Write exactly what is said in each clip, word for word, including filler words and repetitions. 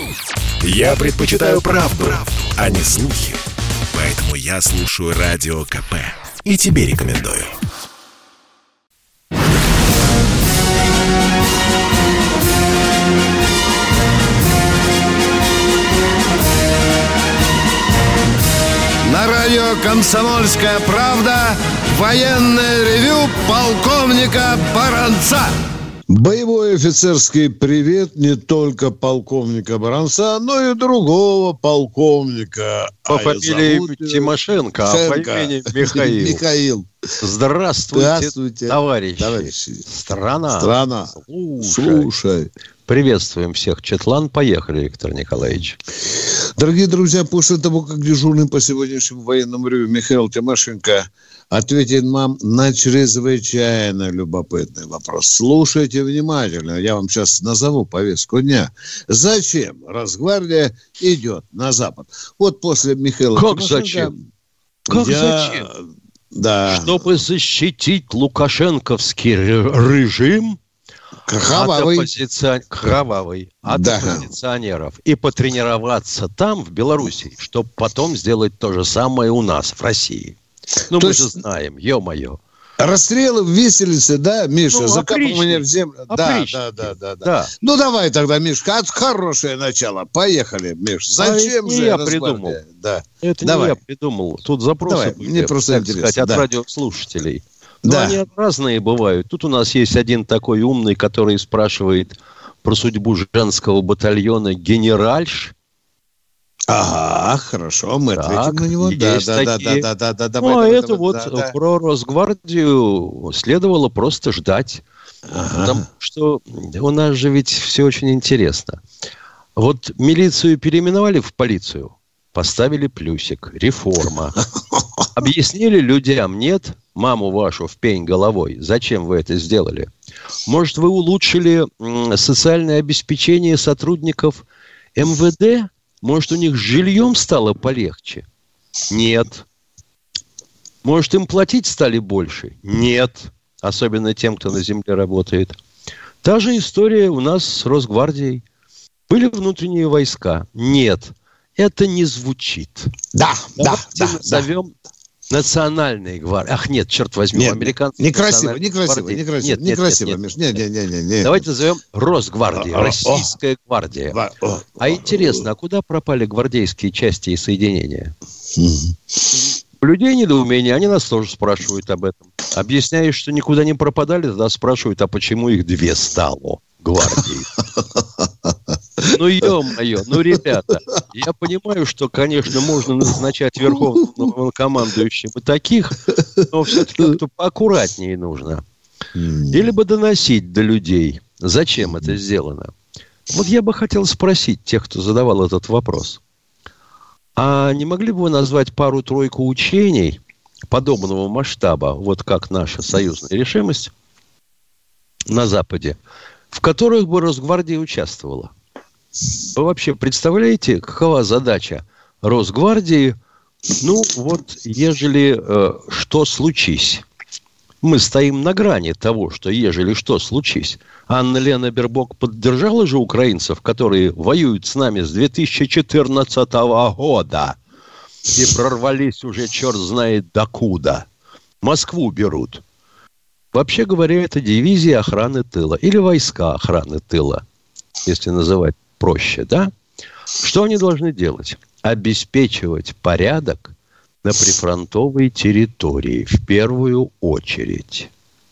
Я предпочитаю правду, правду, а не слухи. Поэтому я слушаю Радио КП. И тебе рекомендую. На радио «Комсомольская правда» военное ревю полковника Баранца. Боевой офицерский привет не только полковника Баранца, но и другого полковника. По а фамилии зовут... Тимошенко, Шенко. а по имени Михаил. Михаил. Здравствуйте, Здравствуйте, товарищи. товарищи. Страна. Страна. Слушай. Слушай. Приветствуем всех. Четлан, поехали, Виктор Николаевич. Дорогие друзья, после того, как дежурный по сегодняшнему военному ревью Михаил Тимошенко ответит нам на чрезвычайно любопытный вопрос. Слушайте внимательно, я вам сейчас назову повестку дня. Зачем Росгвардия идет на Запад? Вот после Михаила как Тимошенко... Зачем? Как я... зачем? Да. Чтобы защитить лукашенковский режим... Кровавый. От, оппозицион... Кровавый. От да. оппозиционеров. И потренироваться там, в Беларуси, чтобы потом сделать то же самое у нас, в России. Ну, то мы есть... же знаем, ё-моё. Расстрелы в виселице, да, Миша? Ну, закапывание в землю. Да, да, да, да, да. Ну, давай тогда, Мишка, от хорошее начало. Поехали, Миш. Зачем а же я придумал. Да. Это давай. не я придумал. Тут запросы давай. были, Мне просто так интересно. сказать, от да. радиослушателей. Но да. они разные бывают. Тут у нас есть один такой умный, который спрашивает про судьбу женского батальона «Генеральш». Ага, хорошо, мы так, ответим на него. Да, да, да, да, да, да, да, давай, ну, давай, а это давай, вот да, да. про Росгвардию следовало просто ждать. Ага. Потому что у нас же ведь все очень интересно. Вот милицию переименовали в полицию, поставили плюсик, реформа. Объяснили людям, нет, маму вашу в пень головой, зачем вы это сделали? Может, вы улучшили социальное обеспечение сотрудников эм вэ дэ? Может, у них с жильем стало полегче? Нет. Может, им платить стали больше? Нет. Особенно тем, кто на земле работает. Та же история у нас с Росгвардией. Были внутренние войска? Нет. Это не звучит. Да, да, да. Назовем да. национальной гвардией. Ах, нет, черт возьми, нет, американцы. Некрасиво, некрасиво, некрасиво. Нет, нет, некрасиво, нет, Миш. Нет, нет, нет, нет, нет. Давайте назовем Росгвардия, а, Российская о, гвардия. О, о, а интересно, а куда пропали гвардейские части и соединения? У людей недоумение, они нас тоже спрашивают об этом. Объясняешь, что никуда не пропадали, тогда спрашивают, а почему их две стало гвардии? Ну, ё-моё, ну, ребята, я понимаю, что, конечно, можно назначать верховным командующим и таких, но все-таки как-то поаккуратнее нужно. Или бы доносить до людей, зачем это сделано. Вот я бы хотел спросить тех, кто задавал этот вопрос. А не могли бы вы назвать пару-тройку учений подобного масштаба, вот как наша союзная решимость на Западе, в которых бы Росгвардия участвовала? Вы вообще представляете, какова задача Росгвардии? Ну, вот, ежели э, что случись. Мы стоим на грани того, что ежели что случись. Анна-Лена Бербок поддержала же украинцев, которые воюют с нами с две тысячи четырнадцатого года. И прорвались уже черт знает докуда. Москву берут. Вообще говоря, это дивизия охраны тыла. Или войска охраны тыла, если называть проще, да? Что они должны делать? Обеспечивать порядок на прифронтовой территории в первую очередь.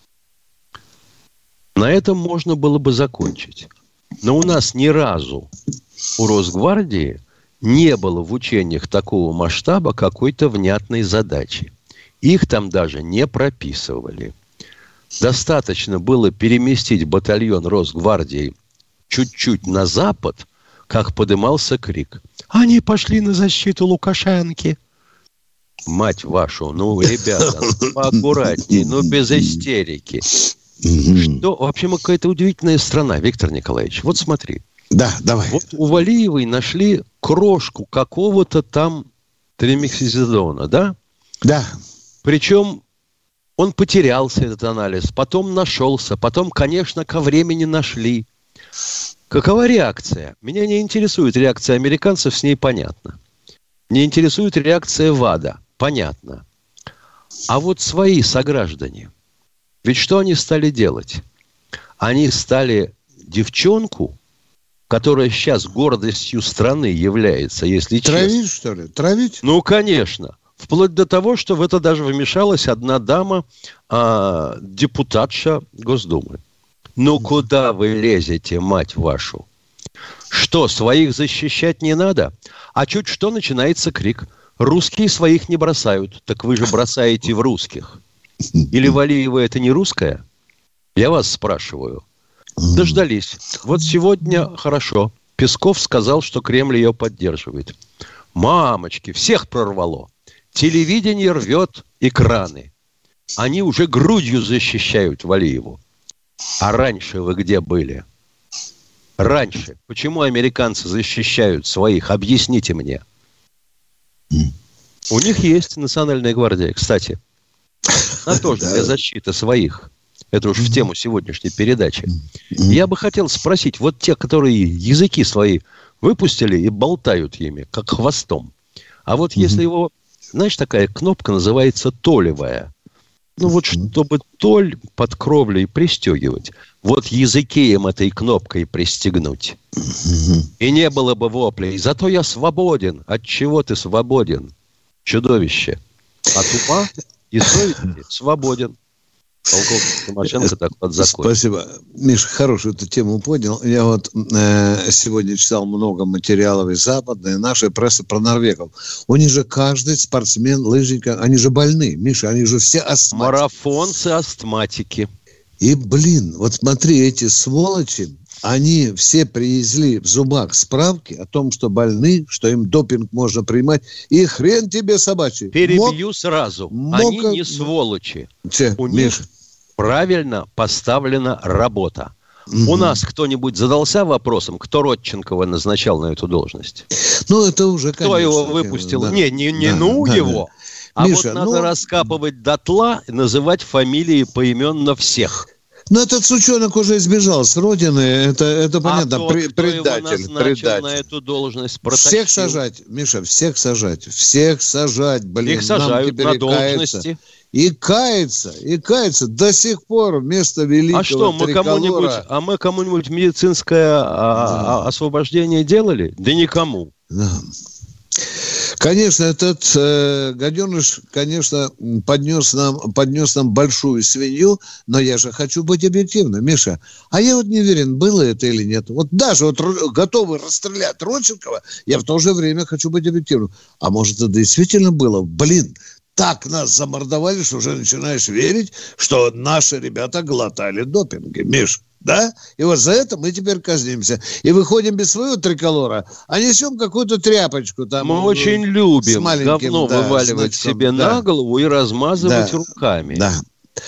На этом можно было бы закончить. Но у нас ни разу у Росгвардии не было в учениях такого масштаба какой-то внятной задачи. Их там даже не прописывали. Достаточно было переместить батальон Росгвардии чуть-чуть на запад, как подымался крик. Они пошли на защиту Лукашенки. Мать вашу, ну, ребята, ну, поаккуратнее, ну, без истерики. Что, вообще, мы какая-то удивительная страна, Виктор Николаевич. Вот смотри. Да, давай. Вот у Валиевой нашли крошку какого-то там тримексизидона, да? Да. Причем он потерялся, этот анализ, потом нашелся, потом, конечно, ко времени нашли. Какова реакция? Меня не интересует реакция американцев, с ней понятно. Не интересует реакция ВАДА, понятно. А вот свои сограждане, ведь что они стали делать? Они стали девчонку, которая сейчас гордостью страны является, если честно. Травить, что ли? Травить? Ну, конечно. Вплоть до того, что в это даже вмешалась одна дама, а, депутатша Госдумы. Ну, куда вы лезете, мать вашу? Что, своих защищать не надо? А чуть что начинается крик. Русские своих не бросают. Так вы же бросаете в русских. Или Валиева это не русская? Я вас спрашиваю. Дождались. Вот сегодня хорошо. Песков сказал, что Кремль ее поддерживает. Мамочки, всех прорвало. Телевидение рвет экраны. Они уже грудью защищают Валиеву. А раньше вы где были? Раньше. Почему американцы защищают своих? Объясните мне. У них есть национальная гвардия, кстати. Она тоже для защиты своих. Это уж в тему сегодняшней передачи. Я бы хотел спросить, вот те, которые языки свои выпустили и болтают ими, как хвостом. А вот если его, знаешь, такая кнопка называется толевая. Ну вот чтобы толь под кровлей пристегивать. Вот языки им этой кнопкой пристегнуть. И не было бы воплей. Зато я свободен. От чего ты свободен? Чудовище. От ума и совести свободен. Полковник Тимошенко так под закон. Спасибо. Миша, хорошую эту тему понял. Я вот э, сегодня читал много материалов из западной, и нашей прессы про норвегов. У них же каждый спортсмен, лыжник, они же больны. Миша, они же все астматики. Марафонцы, астматики. И, блин, вот смотри, эти сволочи, они все привезли в зубах справки о том, что больны, что им допинг можно принимать. И хрен тебе собачий. Перебью мог, сразу. Мог... Они не сволочи. Че, У Миша? них правильно поставлена работа. Угу. У нас кто-нибудь задался вопросом, кто Родченкова назначал на эту должность? Ну, это уже, конечно. Кто его выпустил? Да. Не, не, не да, ну да, его. Да. А Миша, вот надо ну... раскапывать дотла и называть фамилии поименно всех. Ну, этот сучонок уже избежал с родины, это, это понятно, а тот, При, кто предатель, его предатель. На эту должность протащил. Всех сажать, Миша, всех сажать, всех сажать, блин. Их сажают на должности. И кается, и кается до сих пор вместо великого а что, мы триколора... кому-нибудь, а мы кому-нибудь медицинское да. а, освобождение делали? Да никому. Да. Конечно, этот э, гаденыш, конечно, поднес нам, поднес нам большую свинью, но я же хочу быть объективным, Миша. А я вот не уверен, было это или нет. Вот даже вот готовы расстрелять Родченкова, я в то же время хочу быть объективным. А может, это действительно было? Блин, так нас замордовали, что уже начинаешь верить, что наши ребята глотали допинги, Миш. Да? И вот за это мы теперь казнимся. И выходим без своего триколора, а несем какую-то тряпочку. Там, мы очень любим говно да, вываливать значком, себе да. на голову и размазывать да, руками. Да.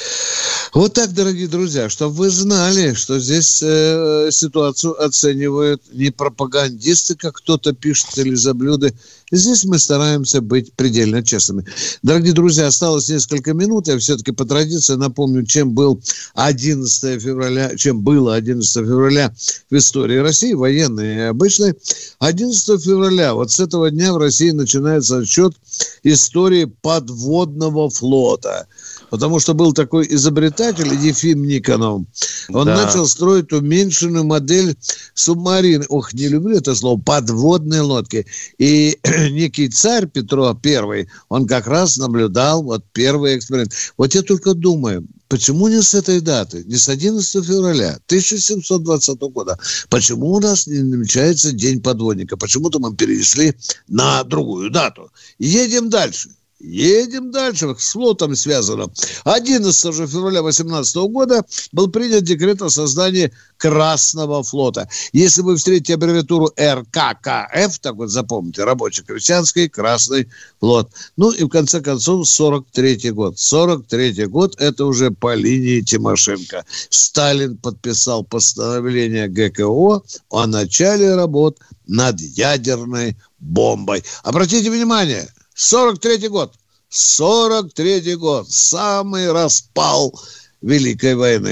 Вот так, дорогие друзья, чтобы вы знали, что здесь э, ситуацию оценивают не пропагандисты, как кто-то пишет, или заблюды. Здесь мы стараемся быть предельно честными. Дорогие друзья, осталось несколько минут. Я все-таки по традиции напомню, чем был одиннадцатого февраля, чем было одиннадцатого февраля в истории России, военной и обычной. одиннадцатого февраля, вот с этого дня в России начинается отсчет истории подводного флота. Потому что был такой изобретатель Ефим Никонов. Он да. начал строить уменьшенную модель субмарины. Ох, не люблю это слово. Подводные лодки. И некий царь Петро Первый, он как раз наблюдал вот первый эксперимент. Вот я только думаю, почему не с этой даты, не с одиннадцатого февраля тысяча семьсот двадцатого года? Почему у нас не намечается День подводника? Почему-то мы перенесли на другую дату. Едем дальше. Едем дальше, с флотом связано. одиннадцатого февраля восемнадцатого года был принят декрет о создании Красного флота. Если вы встретите аббревиатуру эр ка ка эф, так вот запомните, рабоче-крестьянский Красный флот. Ну и в конце концов сорок третий год. сорок третий год это уже по линии Тимошенко. Сталин подписал постановление гэ ка о о начале работ над ядерной бомбой. Обратите внимание, сорок третий год. сорок третий год. Самый распал Великой войны.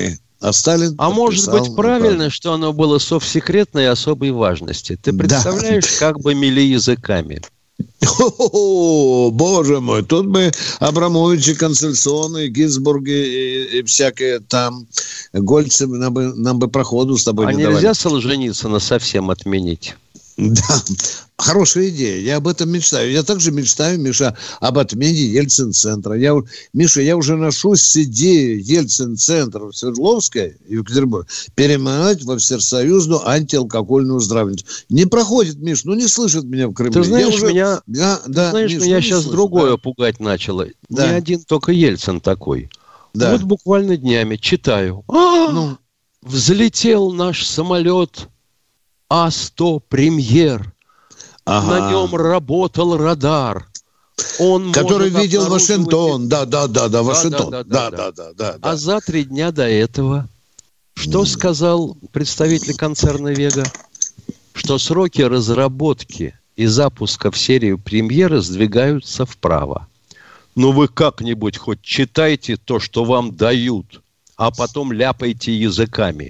А Сталин А может быть правильно, правду. что оно было совсекретной особой важности? Ты представляешь, да. как бы мели языками? О, боже мой, тут бы Абрамовичи, Конституционные, Гинзбурги и, и всякие там Гольцы нам бы, нам бы проходу с тобой а не давали. А нельзя Солженицына совсем отменить? Да, хорошая идея. Я об этом мечтаю. Я также мечтаю, Миша, об отмене Ельцин-центра. Я, Миша, я уже ношусь с идеей Ельцин-центра в Свердловской, Екатеринбург, переименовать во всесоюзную антиалкогольную здравницу. Не проходит, Миш, ну не слышит меня в Кремле. Ты знаешь, уже... меня, я, ты да, знаешь Миш, меня ну, сейчас слышу, другое да. пугать начало. Да. Не один только Ельцин такой. Да. Вот буквально днями читаю. А, ну. Взлетел наш самолет А сто «Премьер». Ага. На нем работал радар. Он который видел обнаруживать... Вашингтон. Да, да, да, да, Вашингтон. Да, да, да, да, да, да, да, да. А за три дня до этого что mm. сказал представитель концерна «Вега»? Что сроки разработки и запуска в серию «Премьеры» сдвигаются вправо. Ну вы как-нибудь хоть читайте то, что вам дают, а потом ляпайте языками.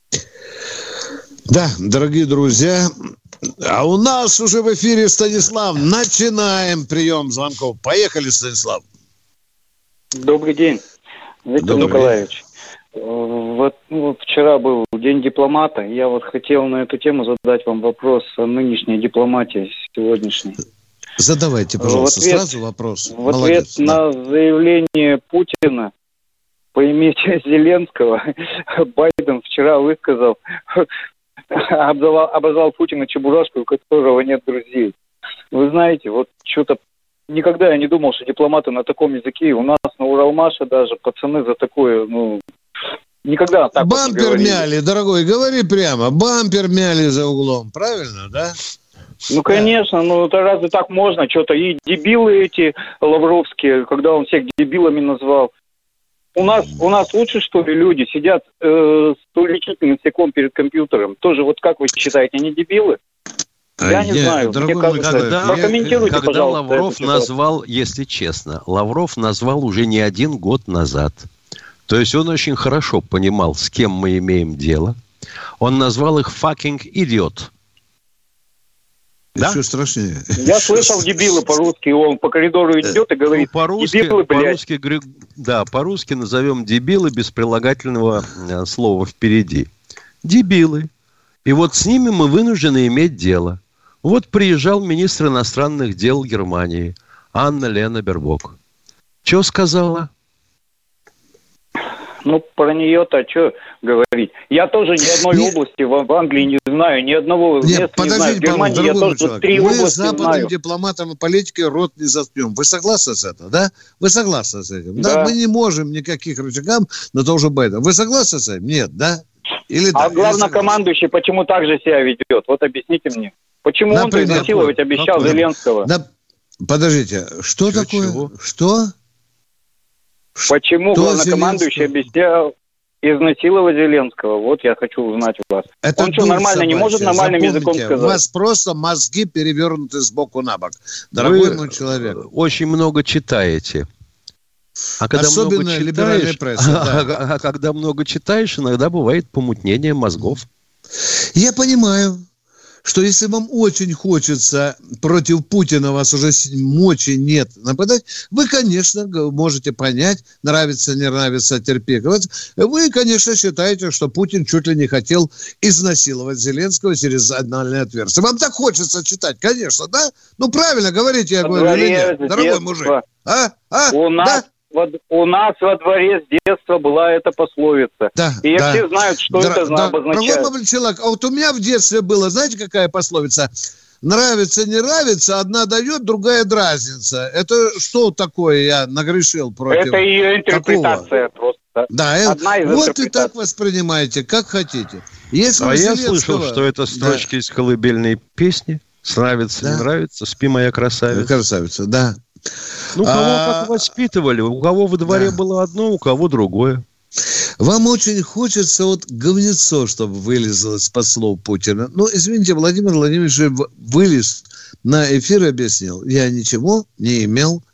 Да, дорогие друзья, а у нас уже в эфире Станислав. Начинаем прием звонков. Поехали, Станислав. Добрый день, Виктор Добрый. Николаевич. Вот, ну, вчера был День дипломата. Я вот хотел на эту тему задать вам вопрос о нынешней дипломатии сегодняшней. Задавайте, пожалуйста, в ответ, сразу вопрос. В ответ Молодец, да. на заявление Путина поимейте Зеленского, Байден вчера высказал, обозвал, обозвал Путина чебурашкой, у которого нет друзей. Вы знаете, вот что-то никогда я не думал, что дипломаты на таком языке. У нас на Уралмаше даже пацаны за такое, ну, никогда так Бампер вот не говорили. мяли, дорогой, говори прямо. Бампер мяли за углом, правильно, да? Ну, конечно, ну это разве так можно? Что-то и дебилы эти лавровские, когда он всех дебилами назвал. У нас, у нас лучше, что ли, люди сидят э, с увеличительным стеклом перед компьютером. Тоже вот как вы считаете, они дебилы? Я а не я, знаю. Мне кажется, когда, прокомментируйте, когда пожалуйста. Лавров назвал, если честно, Лавров назвал уже не один год назад. То есть он очень хорошо понимал, с кем мы имеем дело. Он назвал их fucking idiot. Да? Да? Еще страшнее. Я слышал дебилы по-русски, он по коридору идет и говорит, ну, по-русски, дебилы, блядь. по-русски, да, по-русски назовем дебилы без прилагательного слова впереди. Дебилы. И вот с ними мы вынуждены иметь дело. Вот приезжал министр иностранных дел Германии Анна-Лена Бербок. Что сказала? Ну, про нее-то что говорить? Я тоже ни одной не... области в, в Англии не знаю, ни одного места не знаю. В Германии я тоже человек. три Мы области с западным знаю. дипломатом и политикой рот не заткнем. Вы согласны с этим, да? Вы согласны с этим? Да. да, мы не можем никаких рычагам на то же Байдена. Вы согласны с этим? Нет, да? Или а да, главнокомандующий почему так же себя ведет? Вот объясните мне. Почему Например, он-то изнасиловать обещал какой? Зеленского? Да, подождите, что Чего, такое? чего? Что? Почему Что главнокомандующий обещал изнасиловать Зеленского? Вот я хочу узнать у вас. Это он что, нормально собачья. не может нормальным Запомните, языком сказать? У вас просто мозги перевернуты сбоку на бок. Дорогой Вы мой человек. Очень много читаете. А когда Особенно много либеральная читаешь, пресса. а, Да. а, а когда много читаешь, иногда бывает помутнение мозгов. Я понимаю, что если вам очень хочется против Путина, у вас уже мочи нет нападать, вы, конечно, можете понять, нравится, не нравится, терпеть. Вы, конечно, считаете, что Путин чуть ли не хотел изнасиловать Зеленского через анальное отверстие. Вам так хочется читать, конечно, да? Ну, правильно говорите, я Во говорю, или дворе нет, с дорогой детства. мужик. А? А? У нас, Да? во, у нас во дворе с детства была эта пословица. Да, И да. все знают, что Дор- это да, обозначает. Дорогой мой человек, а вот у меня в детстве было, знаете, какая пословица? Нравится, не нравится, одна дает, другая дразнится. Это что такое я нагрешил против? Это ее интерпретация такого? просто. Да, Одна из вот и интерпретаций. так воспринимаете, как хотите. Если А у я Зеленского- слышал, что это строчки Да. из колыбельной песни. Нравится, Да. не нравится, спи, моя красавица. Красавица, да. Ну, кого А- как воспитывали. У кого во дворе Да. было одно, у кого другое. Вам очень хочется вот говнецо, чтобы вылезло из-под слов Путина. Ну, извините, Владимир Владимирович вылез на эфир и объяснил. Я ничего не имел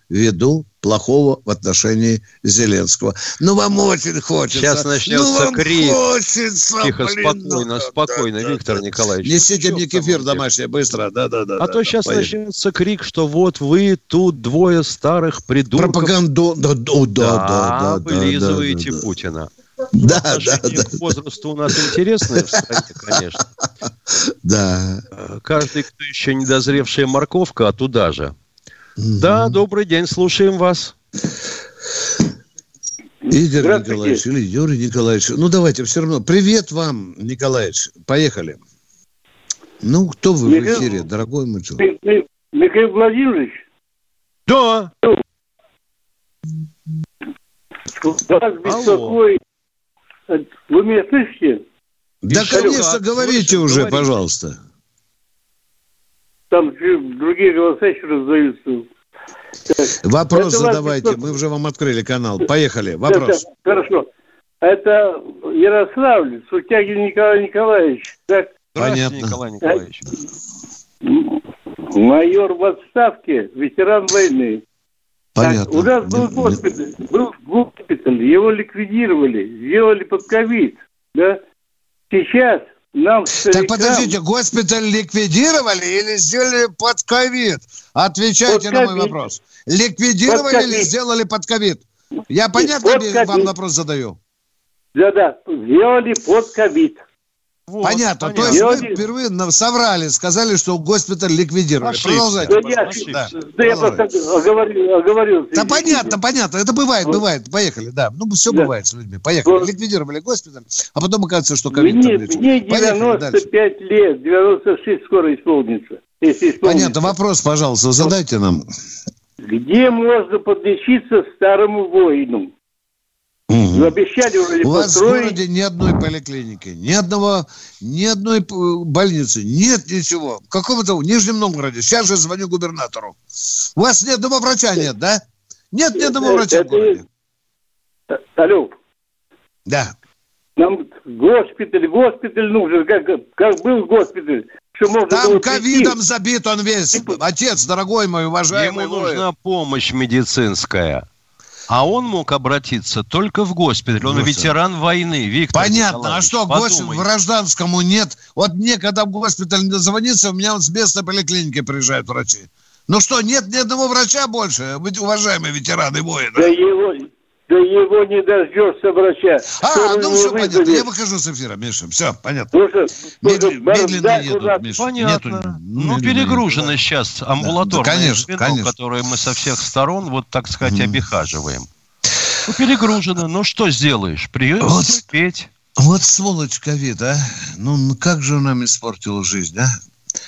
ввиду плохого в отношении Зеленского. Ну, вам очень хочется. Сейчас начнется ну, вам крик. Хочется, Тихо, блин, спокойно, ну, спокойно, да, Виктор да, Николаевич. Несите ну, мне кефир домашний, быстро. Да, да, да, а да, то да, сейчас поехали. начнется крик, что вот вы тут двое старых придурков. Пропаганду, да, да, да, да, да, вылизываете да, да, Путина. Да, да, Отношение да. к возрасту у нас интересное в стране, конечно. Да. Каждый, кто еще недозревшая морковка, а туда же. Да, добрый день, слушаем вас. Игорь Николаевич или Юрий Николаевич. Ну, давайте, все равно. Привет вам, Николаевич. Поехали. Ну, кто вы Михаил... в эфире, дорогой мой человек? Михаил Владимирович? Да. Вас беспокоит. Вы меня слышите? Да, Еще конечно, как. говорите Слышим, уже, говорите. пожалуйста. Там другие голоса еще раздаются. Вопрос Это задавайте, вас... мы уже вам открыли канал. Поехали, вопрос. Это, хорошо. Это Ярославль, Сутягин Николай Николаевич. Так? Понятно. Николай Николаевич. Майор в отставке, ветеран войны. Понятно. Так, у нас был госпиталь, был госпиталь, его ликвидировали, сделали под ковид. Да? Сейчас нам... Так подождите, госпиталь ликвидировали или сделали под ковид? Отвечайте на мой вопрос. Ликвидировали или сделали под ковид? Я понятно вам вопрос задаю? Да-да, сделали под ковид. Вот, понятно. понятно. То есть вы впервые соврали, сказали, что госпиталь ликвидировали. Ошибся. Продолжайте. Да, я, да. да я просто оговорил, оговорился. Да понятно, понятно. Это бывает, бывает. Поехали, да. Ну, все да. бывает с людьми. Поехали. Вот. Ликвидировали госпиталь, а потом оказывается, что ковид Мне, мне девяносто пять лет, девяносто шесть скоро исполнится. Если исполнится. Понятно. Вопрос, пожалуйста, задайте нам. Где можно подлечиться старому воину? Угу. Обещали уже У вас построить. в городе ни одной поликлиники, ни одного, ни одной больницы, нет ничего. В каком-то в Нижнем Новгороде. Сейчас же звоню губернатору. У вас ни одного врача нет, да? Нет ни одного врача в городе. Алло. Да. Нам госпиталь, госпиталь нужен, как, как был госпиталь. Что можно там ковидом забит он весь. Отец, дорогой мой, уважаемый. Ему нужна помощь медицинская. А он мог обратиться только в госпиталь. Он Господи. ветеран войны, Виктор Понятно. Николаевич. А что, госпиталь гражданскому нет? Вот мне, когда в госпиталь звонится, у меня вот с местной поликлиники приезжают врачи. Ну что, нет ни одного врача больше, уважаемые ветераны воины? Да его, да его не дождешься врача. А, ну все понятно. Я выхожу с эфира, Миша. Все, понятно. Ну, Медли, медленно едут, куда... Миша. Понятно. Нету, ну, перегружены едут. Сейчас амбулаторные да, конечно, звено, конечно. которые мы со всех сторон, вот так сказать, mm. обихаживаем. Ну, перегружено. Ну, что сделаешь? Придется вот, терпеть. Вот сволочь ковид, а. Ну, как же он нам испортил жизнь, а?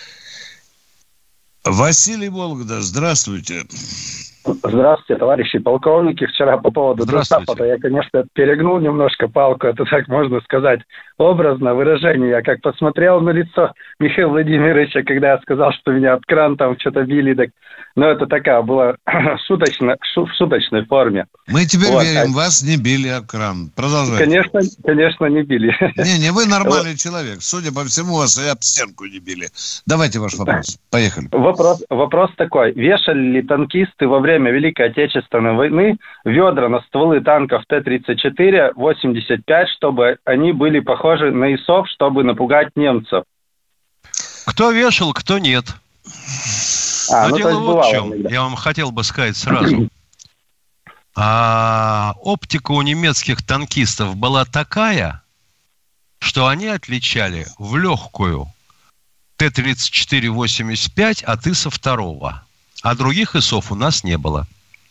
Василий Вологда, здравствуйте. Здравствуйте, товарищи полковники. Вчера по поводу Достапа-то я, конечно, перегнул немножко палку. Это так можно сказать образно выражение. Я как посмотрел на лицо Михаила Владимировича, когда я сказал, что меня от кран там что-то били. Так... Но это такая была шуточная, шу, в шуточной форме. Мы теперь вот. верим, вас не били об кран. Продолжайте. Конечно, конечно, не били. Не, не вы нормальный вот. человек. Судя по всему, вас и об стенку не били. Давайте ваш вопрос. Поехали. Вопрос, вопрос такой. Вешали ли танкисты во время Великой Отечественной войны ведра на стволы танков Т тридцать четыре, восемьдесят пять, чтобы они были похожи на ИСов, чтобы напугать немцев? Кто вешал, кто нет. А, Но ну, дело вот в чем. Иногда. Я вам хотел бы сказать сразу. А, оптика у немецких танкистов была такая, что они отличали в легкую Т тридцать четыре восемьдесят пять от ИСа второго. А других ИСов у нас не было.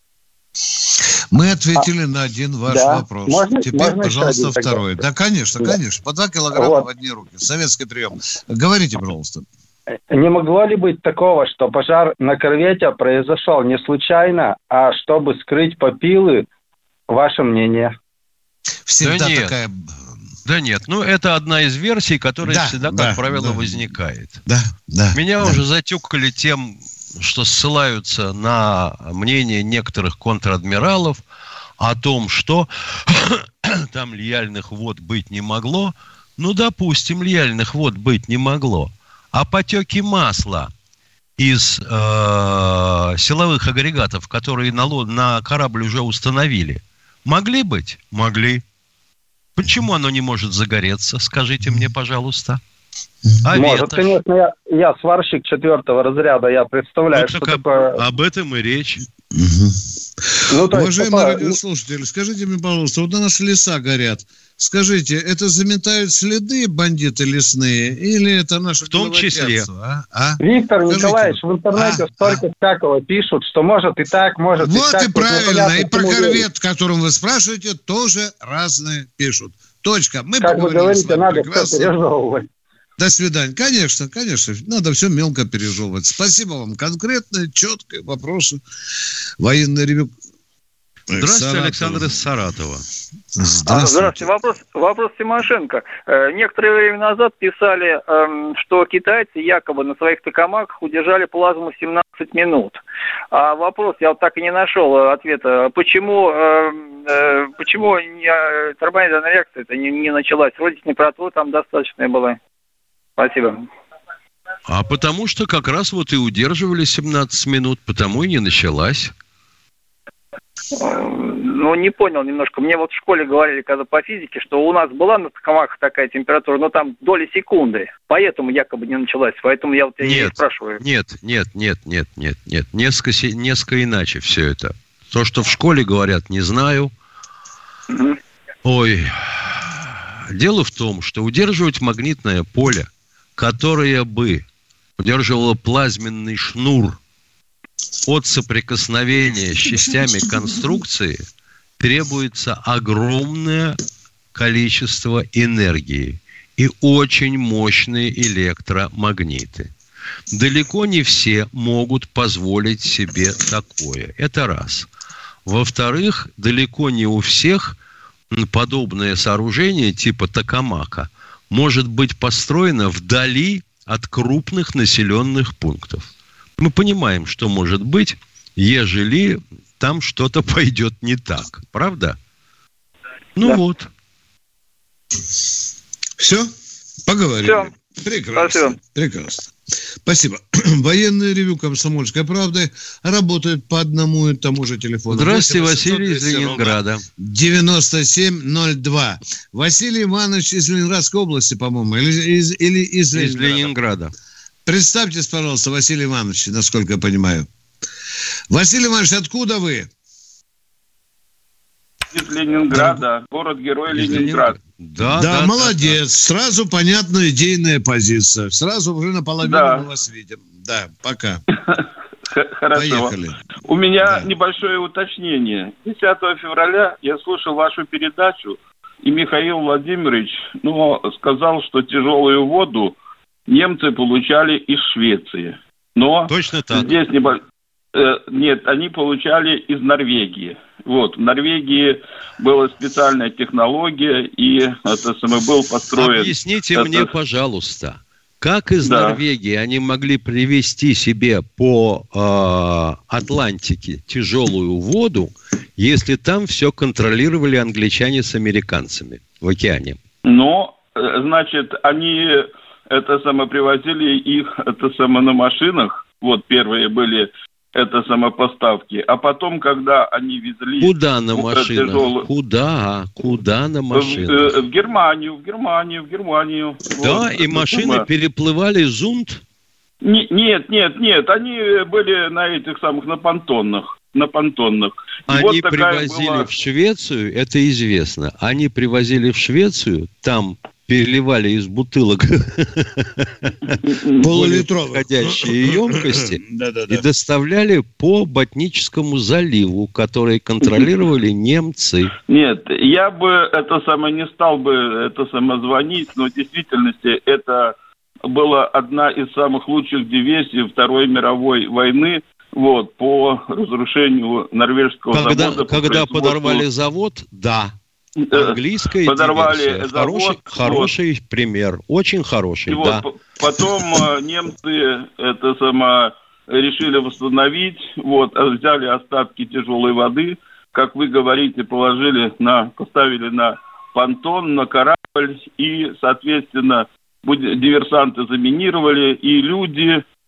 Мы ответили а, на один ваш да. вопрос. Можно, Теперь, можно пожалуйста, второй. Тогда? Да, конечно, да. конечно. По два килограмма вот. в одни руки. Советский прием. Говорите, пожалуйста. Не могло ли быть такого, что пожар на корвете произошел не случайно, а чтобы скрыть попилы? Ваше мнение? Всегда да нет. такая... Да нет, ну это одна из версий, которая да, всегда, да, как правило, да. возникает. Да, да. Меня да. уже затюкали тем, что ссылаются на мнение некоторых контр-адмиралов о том, что там лияльных вод быть не могло. Ну, допустим, лияльных вод быть не могло. А потеки масла из э, силовых агрегатов, которые на, на корабль уже установили, могли быть? Могли. Почему оно не может загореться? Скажите мне, пожалуйста. А может, ветошь? конечно, я, я сварщик четвертого разряда, я представляю, ну, что об, такое... об этом и речь. Угу. Ну, уважаемые это... радиослушатели, скажите мне, пожалуйста, вот у нас леса горят. Скажите, это заметают следы бандиты лесные или это наши в том числе? А? А? Виктор Скажите, Николаевич, в интернете а? столько а? всякого пишут, что может и так, может вот и так. Вот и правильно, вот и про корвет, о котором вы спрашиваете, тоже разные пишут. Точка. Мы как вы говорите, надо прекрасно. все пережевывать. До свидания. Конечно, конечно. Надо все мелко пережевывать. Спасибо вам. Конкретные, четкие вопросы. Военный ревю. Здравствуйте, Саратова. Александр из Саратова. Здравствуйте. Здравствуйте. Вопрос, вопрос Тимошенко. Э, некоторое время назад писали, э, что китайцы якобы на своих токамаках удержали плазму семнадцать минут. А вопрос, я вот так и не нашел ответа, почему, э, э, почему не, термоядерная реакция-то не, не началась? Вроде температура там достаточная была. Спасибо. А потому что как раз вот и удерживали семнадцать минут, потому и не началась. Ну, не понял немножко. Мне вот в школе говорили, когда по физике, что у нас была на токамаках такая температура, но там доли секунды. Поэтому якобы не началась. Поэтому я вот нет, и спрашиваю. Нет, нет, нет, нет, нет, нет. Несколько, несколько иначе все это. То, что в школе говорят, не знаю. Mm-hmm. Ой. Дело в том, что удерживать магнитное поле, которое бы удерживало плазменный шнур от соприкосновения с частями конструкции, требуется огромное количество энергии и очень мощные электромагниты. Далеко не все могут позволить себе такое. Это раз. Во-вторых, далеко не у всех подобное сооружение типа токамака может быть построено вдали от крупных населенных пунктов. Мы понимаем, что может быть, ежели там что-то пойдет не так. Правда? Ну да. Вот. Все? Поговорили. Все. Прекрасно. Спасибо. Прекрасно. Спасибо. Военное ревю «Комсомольской правды» работает по одному и тому же телефону. Здравствуйте, Василий из Ленинграда. девяносто семь ноль два. Василий Иванович из Ленинградской области, по-моему, или из, или из, из Ленинграда. Ленинграда. Представьтесь, пожалуйста, Василий Иванович, насколько я понимаю. Василий Иванович, откуда вы? Из Ленинграда, да. Город-герой Ленинград. Да, да, да, молодец. Да, да. Сразу понятная идейная позиция. Сразу уже наполовину да. мы вас видим. Да, пока. Хорошо. Поехали. У меня да. небольшое уточнение. десятого февраля я слушал вашу передачу, и Михаил Владимирович ну, сказал, что тяжелую воду немцы получали из Швеции. Но точно так. Здесь небо... э, нет, они получали из Норвегии. Вот, в Норвегии была специальная технология, и это самое был построен... Объясните это... мне, пожалуйста, как из да. Норвегии они могли привезти себе по э, Атлантике тяжелую воду, если там все контролировали англичане с американцами в океане? Но, значит, они... Это самое, привозили их, это самое, на машинах. Вот первые были, это самое, поставки. А потом, когда они везли... Куда на машинах? Тяжелую... Куда? Куда на машинах? В, в Германию, в Германию, в Германию. Да, вот, и машины самое. Переплывали Зунд? Не, нет, нет, нет. Они были на этих самых, на понтонных. На понтонных. И они вот привозили была... в Швецию, это известно. Они привозили в Швецию, там... переливали из бутылок полулитровых входящие емкости и доставляли по Ботническому заливу, который контролировали немцы. Нет, я бы это самое не стал бы это самое звонить, но в действительности это была одна из самых лучших диверсий Второй мировой войны. Вот, по разрушению норвежского когда, завода. Когда подорвали завод, да. Английская подорвали диверсия. завод. Хороший, хороший вот. Пример. Очень хороший, и да. Вот, потом немцы это само решили восстановить. Вот, взяли остатки тяжелой воды, как вы говорите, положили на, поставили на понтон, на корабль, и, соответственно, диверсанты заминировали, и люди,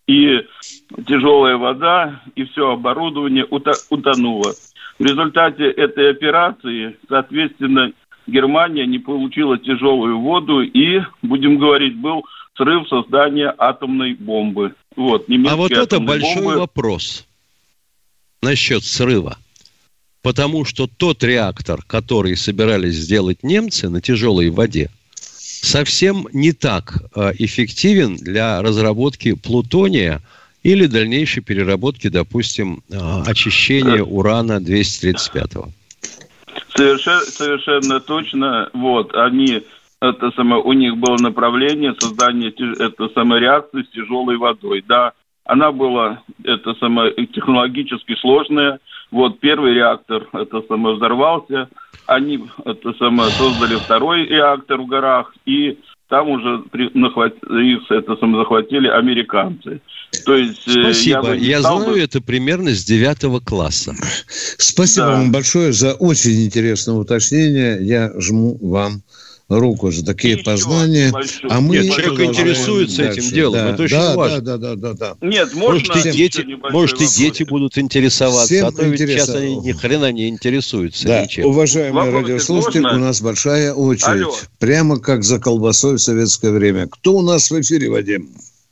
и тяжелая вода, и все оборудование утонуло. В результате этой операции, соответственно, Германия не получила тяжелую воду, и, будем говорить, был срыв создания атомной бомбы. Вот, а вот это большой бомбы... вопрос насчет срыва. Потому что тот реактор, который собирались сделать немцы на тяжелой воде, совсем не так эффективен для разработки плутония или дальнейшей переработки, допустим, очищения урана двести тридцать пятого. Совершенно, совершенно точно. Вот, они, это самое, у них было направление создания это самой реакции с тяжелой водой. Да, она была это самое, технологически сложная. Вот первый реактор это самое взорвался. Они это самое создали второй реактор в горах, и там уже при, нахват, их это самое захватили американцы. То есть, спасибо. Я, я знаю бы... это примерно с девятого класса. Спасибо да. вам большое за очень интересное уточнение. Я жму вам руку за такие и познания. А мы Нет, человек интересуется дальше. этим делом. Да, это очень да, важно. Да, да, да, да. Нет, можно... Может, и дети, может, и дети будут интересоваться. Всем а то ведь сейчас они ни хрена не интересуются да. ничем. Уважаемые Вопрос радиослушатели, можно? У нас большая очередь. Алло. Прямо как за колбасой в советское время. Кто у нас в эфире, Вадим?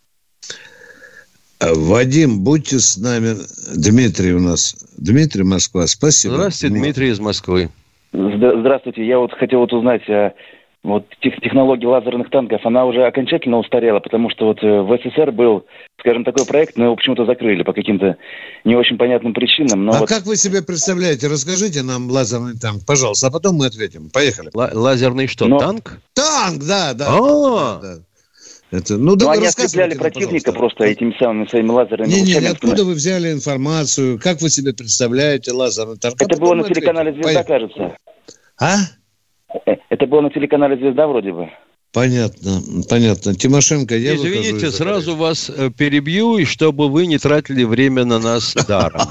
Вадим, будьте с нами. Дмитрий у нас. Дмитрий, Москва. Спасибо. Здравствуйте, Дмитрий из Москвы. Здравствуйте. Я вот хотел вот узнать... Вот технология лазерных танков, она уже окончательно устарела, потому что вот в СССР был, скажем, такой проект, но его почему-то закрыли по каким-то не очень понятным причинам. Но а вот... как вы себе представляете? Расскажите нам лазерный танк, пожалуйста, а потом мы ответим. Поехали. Л- лазерный что, но... танк? Танк, да, да. А-а-а. да, да. Это, ну, да, они ослепляли противника просто этими самыми своими лазерными не, лучами. Не, откуда вы взяли информацию? Как вы себе представляете лазерный танк? Это было на телеканале «Звезда», кажется. А? Это было на телеканале «Звезда» вроде бы. Понятно, понятно. Тимошенко, я Извините, сразу вас перебью, и чтобы вы не тратили время на нас даром.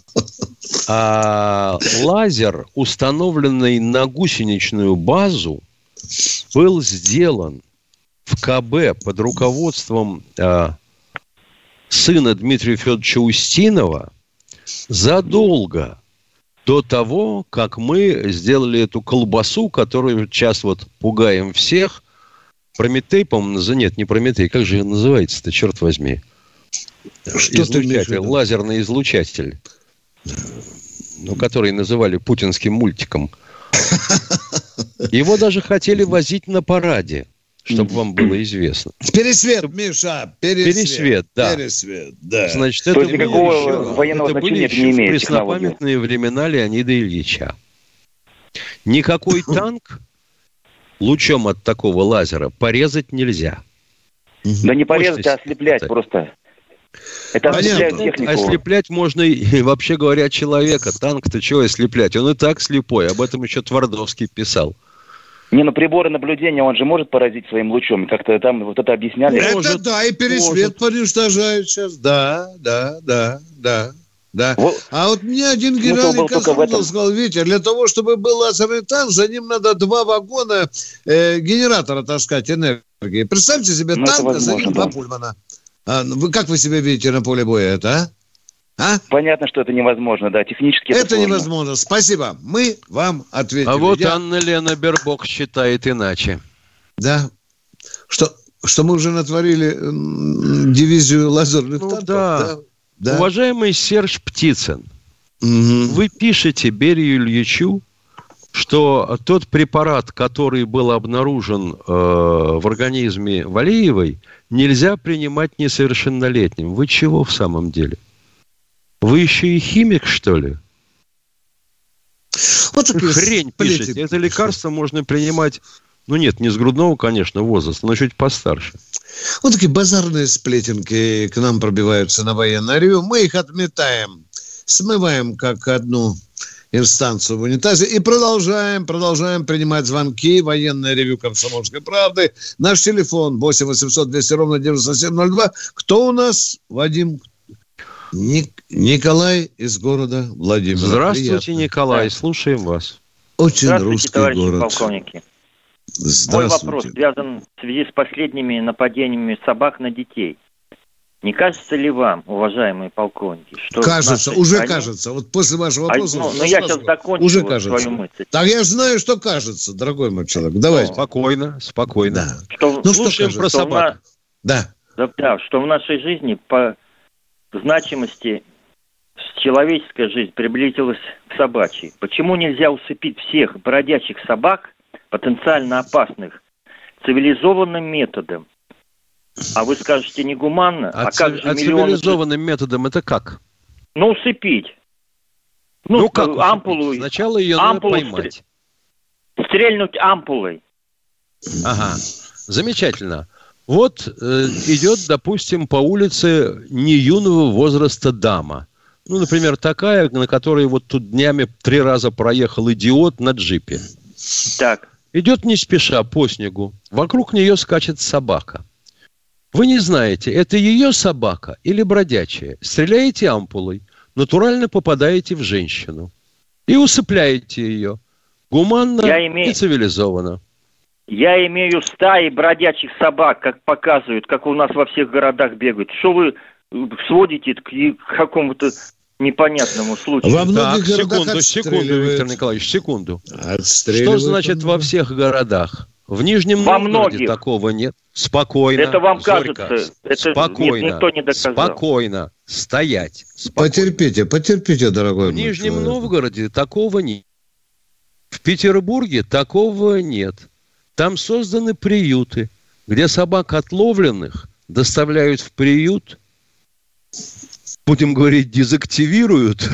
А лазер, установленный на гусеничную базу, был сделан в КБ под руководством а, сына Дмитрия Федоровича Устинова задолго до того, как мы сделали эту колбасу, которую сейчас вот пугаем всех. Прометей, по-моему, нет, не Прометей, как же называется-то, черт возьми? Что излучатель, лазерный излучатель, ну, который называли путинским мультиком. Его даже хотели возить на параде, чтобы вам было известно. Пересвет, Миша, пересвет. Пересвет, да. Пересвет, да. Значит, это были еще, это были еще в преснопамятные времена Леонида Ильича. Никакой танк лучом от такого лазера порезать нельзя. Да не порезать, а ослеплять просто. Это ослепляет технику. Ослеплять можно, и, вообще говоря, человека. Танк-то чего ослеплять? Он и так слепой. Об этом еще Твардовский писал. Не, ну приборы наблюдения он же может поразить своим лучом. Как-то там вот это объясняли. Это может, да, и пересвет уничтожают сейчас. Да, да, да, да. Да. Вот. А вот мне один генеральный конструктор сказал: Витя, для того, чтобы был лазерный танк, за ним надо два вагона э, генератора таскать энергии. Представьте себе ну, танк, а за ним два да. пульмана. А, вы, как вы себя видите на поле боя это, а? а? Понятно, что это невозможно, да, технически это Это сложно. Невозможно. Спасибо. Мы вам ответили. А вот Я... Анна-Лена Бербок считает иначе. Да. Что, что мы уже натворили м- дивизию лазерных ну, танков. Да. Да. Да. Уважаемый Серж Птицын, угу. вы пишете Берию Ильичу, что тот препарат, который был обнаружен э, в организме Валеевой, нельзя принимать несовершеннолетним. Вы чего в самом деле? Вы еще и химик, что ли? Вот хрень пишете. Это лекарство можно принимать, ну нет, не с грудного, конечно, возраста, но чуть постарше. Вот такие базарные сплетенки к нам пробиваются на военное ревю. Мы их отметаем, смываем как одну инстанцию в унитазе и продолжаем, продолжаем принимать звонки. Военное ревю «Комсомольской правды». Наш телефон восемь восемьсот двести ровно девяносто семь ноль два. Кто у нас, Вадим? Ник- Николай из города Владимира. Здравствуйте, приятно. Николай, да. Слушаем вас. Очень русский товарищи город. Полковники. Мой вопрос связан в связи с последними нападениями собак на детей. Не кажется ли вам, уважаемые полковники, что... Кажется, уже стране... кажется. Вот после вашего вопроса... А, ну, но я сейчас закончу уже вот кажется. свою мысль. Так я же знаю, что кажется, дорогой мой человек. Давайте. Спокойно, спокойно. Да. Что, ну, слушаем что про собак. На... Да. Да, да, что в нашей жизни по значимости человеческая жизнь приблизилась к собачьей. Почему нельзя усыпить всех бродячих собак, потенциально опасных, цивилизованным методом? А вы скажете, негуманно? А, а как ци- же а миллионы... цивилизованным методом это как? Ну, усыпить. Ну, ну как ампулу... Сначала ее ампулу надо поймать. Стрельнуть ампулой. Ага, замечательно. Вот э, идет, допустим, по улице не юного возраста дама. Ну, например, такая, на которой вот тут днями три раза проехал идиот на джипе. Так. Идет не спеша по снегу. Вокруг нее скачет собака. Вы не знаете, это ее собака или бродячая. Стреляете ампулой, натурально попадаете в женщину. И усыпляете ее. Гуманно имею... и цивилизованно. Я имею стаи бродячих собак, как показывают, как у нас во всех городах бегают. Что вы сводите к какому-то непонятному случаю? Во многих так, городах секунду, секунду, Виктор Николаевич, секунду. Что значит во всех городах? В Нижнем во Новгороде многих. Такого нет. Спокойно. Это вам Зорька. кажется. Это спокойно. Никто не доказал. Спокойно. Стоять. Спокойно. Потерпите, потерпите, дорогой. В Нижнем человек. Новгороде такого нет. В Петербурге такого нет. Там созданы приюты, где собак отловленных доставляют в приют, будем говорить, дезактивируют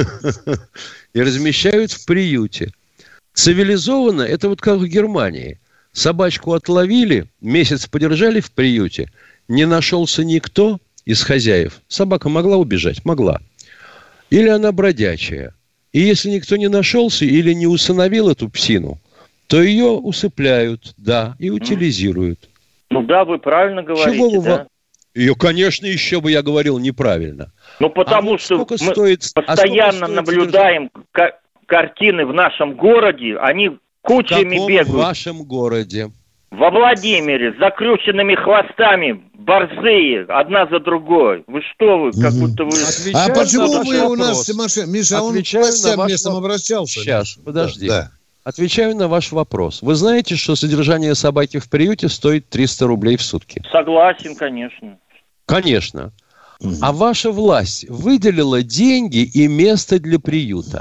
и размещают в приюте. Цивилизованно это вот как в Германии. Собачку отловили, месяц подержали в приюте, не нашелся никто из хозяев. Собака могла убежать? Могла. Или она бродячая. И если никто не нашелся или не усыновил эту псину, то ее усыпляют, да, и утилизируют. Ну да, вы правильно говорите, Чего вы да? во... Ее, конечно, еще бы я говорил неправильно. Ну потому а что вот мы стоит... постоянно а наблюдаем ка- картины в нашем городе, они кучами в каком бегают. В вашем городе? Во Владимире с закрученными хвостами, борзые, одна за другой. Вы что вы, как будто вы... А почему вы у вопрос. нас, Тимошенко? Миша, он к властям местным обращался? Сейчас, подожди. Да. Отвечаю на ваш вопрос. Вы знаете, что содержание собаки в приюте стоит триста рублей в сутки? Согласен, конечно. Конечно. А ваша власть выделила деньги и место для приюта?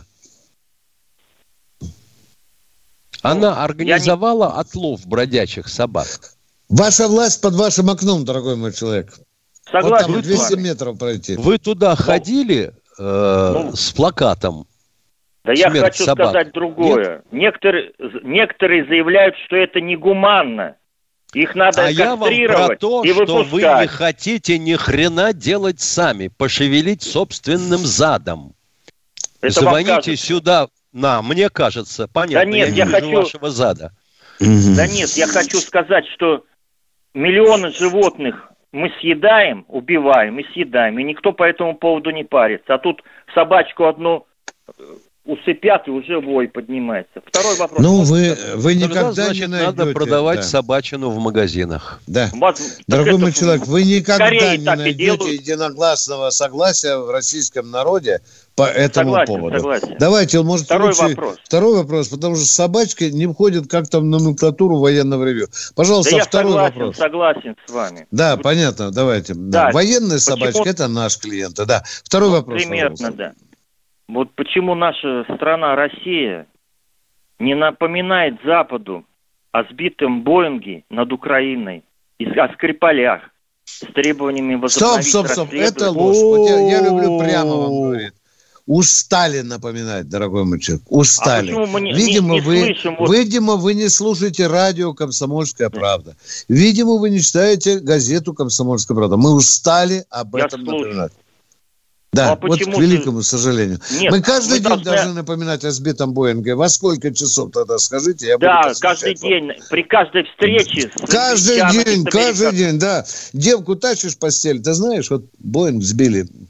Она организовала не... отлов бродячих собак? Ваша власть под вашим окном, дорогой мой человек. Согласен. Вот там двести метров пройти. Вы туда ну, ходили э, ну, с плакатом? Да я хочу собак. сказать другое. Некоторые, некоторые заявляют, что это негуманно. Их надо а кастрировать я вам про то, и что выпускать. Вы не хотите ни хрена делать сами, пошевелить собственным задом. Это звоните сюда. На, мне кажется, понятно. Да нет, я, я хочу вашего зада. Да нет, я хочу сказать, что миллионы животных мы съедаем, убиваем и съедаем, и никто по этому поводу не парится. А тут собачку одну усыпят, и уже вой поднимается. Второй вопрос. Ну, вы, вы никогда Тогда, значит, не найдете. Надо продавать да. собачину в магазинах. Да. Вот, Дорогой мой человек, вы никогда не так найдете единогласного согласия в российском народе по этому согласен, поводу. Согласен. Давайте, может, Второй лучше... вопрос. Второй вопрос, потому что собачки не входят как-то в номенклатуру военного ревью. Пожалуйста, да второй я согласен, вопрос. согласен с вами. Да, вот. Понятно, давайте. Да. Да. Военные Почему... собачки – это наш клиент. Да. Второй ну, вопрос. Примерно, пожалуйста. да. Вот почему наша страна, Россия, не напоминает Западу о сбитом Боинге над Украиной и о Скрипалях с требованиями возобновить Стоп, стоп, стоп, это ложь. Вот я, я люблю прямо вам говорить. Устали напоминать, дорогой мой человек. Устали. А мы не, видимо, не, не вы, слышим, вот... видимо, вы не слушаете радио «Комсомольская правда». Видимо, вы не читаете газету «Комсомольская правда». Мы устали об я этом слушаю. напоминать. Да, а вот к великому сожалению. Нет, мы каждый мы день должны... должны напоминать о сбитом Боинге. Во сколько часов тогда скажите? Я да, буду каждый день, при каждой встрече. Каждый день, каждый день, да. Девку тащишь в постель, ты знаешь, вот Боинг сбили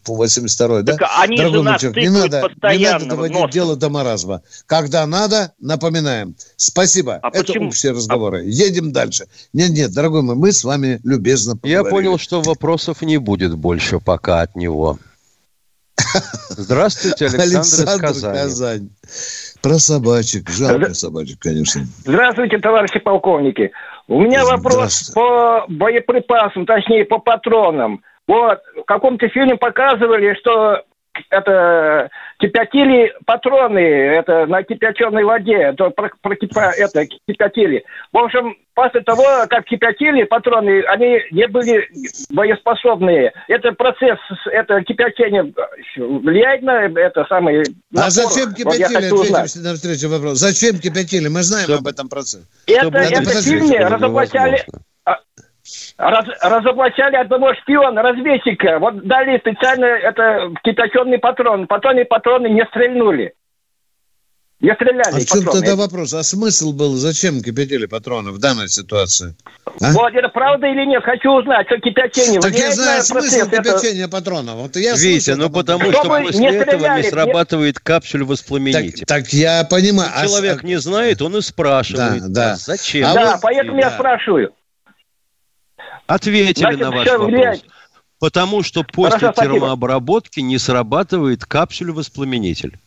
по восемьдесят второй, да? Так они Дорогой же нас мальчик, не тыкают надо, постоянно не надо в доводить нос. дело до маразма. Когда надо, напоминаем. Спасибо. А Это почему? общие разговоры. Едем дальше. Нет-нет, дорогой мой, мы с вами любезно поговорили. Я понял, что вопросов не будет больше пока от него. Здравствуйте, Александр, Александр из Казани. Казань. Про собачек. Жалко собачек, конечно. Здравствуйте, товарищи полковники. У меня вопрос по боеприпасам, точнее, по патронам. Вот, в каком-то фильме показывали, что это кипятили патроны, это на кипяченой воде, то про, про кипа, это кипятили. В общем, после того, как кипятили патроны, они не были боеспособные. Это процесс, это кипячение влияет на это самое... А зачем кипятили? Вот ответим на встречу вопрос. Зачем кипятили? Мы знаем Чтобы... об этом процессе. Это, это в фильме разоблачали... Раз, разоблачали одного шпиона, разведчика. Вот дали специально это кипяченый патрон. Потом и патроны не стрельнули. Не стреляли. А в чем тогда вопрос? А смысл был, зачем кипятили патроны в данной ситуации? А? Вот это правда или нет? Хочу узнать, что кипячение. Так я знаю смысл кипячения это... патронов. Вот я Видите, ну потому что Чтобы после не этого стреляли, не срабатывает не... капсюль-воспламенитель. Так, так я понимаю. А человек а... не знает, он и спрашивает. Да, да. А зачем? А да, вот... поэтому да. я спрашиваю. Ответили Значит, на ваш вопрос. Влияет. Потому что после Хорошо, термообработки не срабатывает капсюль-воспламенитель.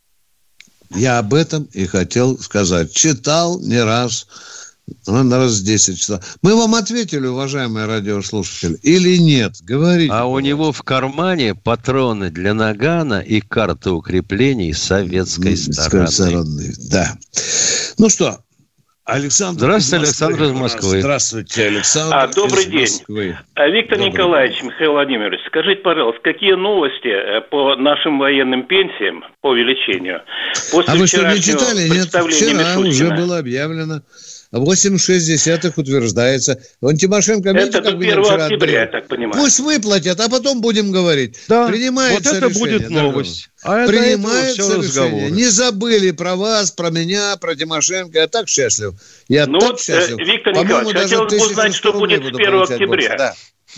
Я об этом и хотел сказать. Читал не раз, на раз десять читал. Мы вам ответили, уважаемые радиослушатели, или нет? Говорите. А у него в кармане патроны для нагана и карты укреплений советской стороны. стороны. Да. Ну что, Александр. Здравствуйте, Александр из Москвы. Здравствуйте, Александр. А, добрый день. Москвы. Виктор добрый Николаевич, день. Михаил Владимирович, скажите, пожалуйста, какие новости по нашим военным пенсиям по увеличению? После а вы что, не читали? Нет, вчера Мишустина. Уже было объявлено. восемь целых шесть десятых утверждается. Вон Тимошенко, видите, это как до первого октября, я так понимаю. Пусть выплатят, а потом будем говорить. Да, принимается вот это решение, будет новость. А принимается решение. Не забыли про вас, про меня, про Тимошенко. Я так счастлив. Я ну так вот, счастлив. Виктор Николаевич, хотел бы узнать, что будет с первого октября. Да.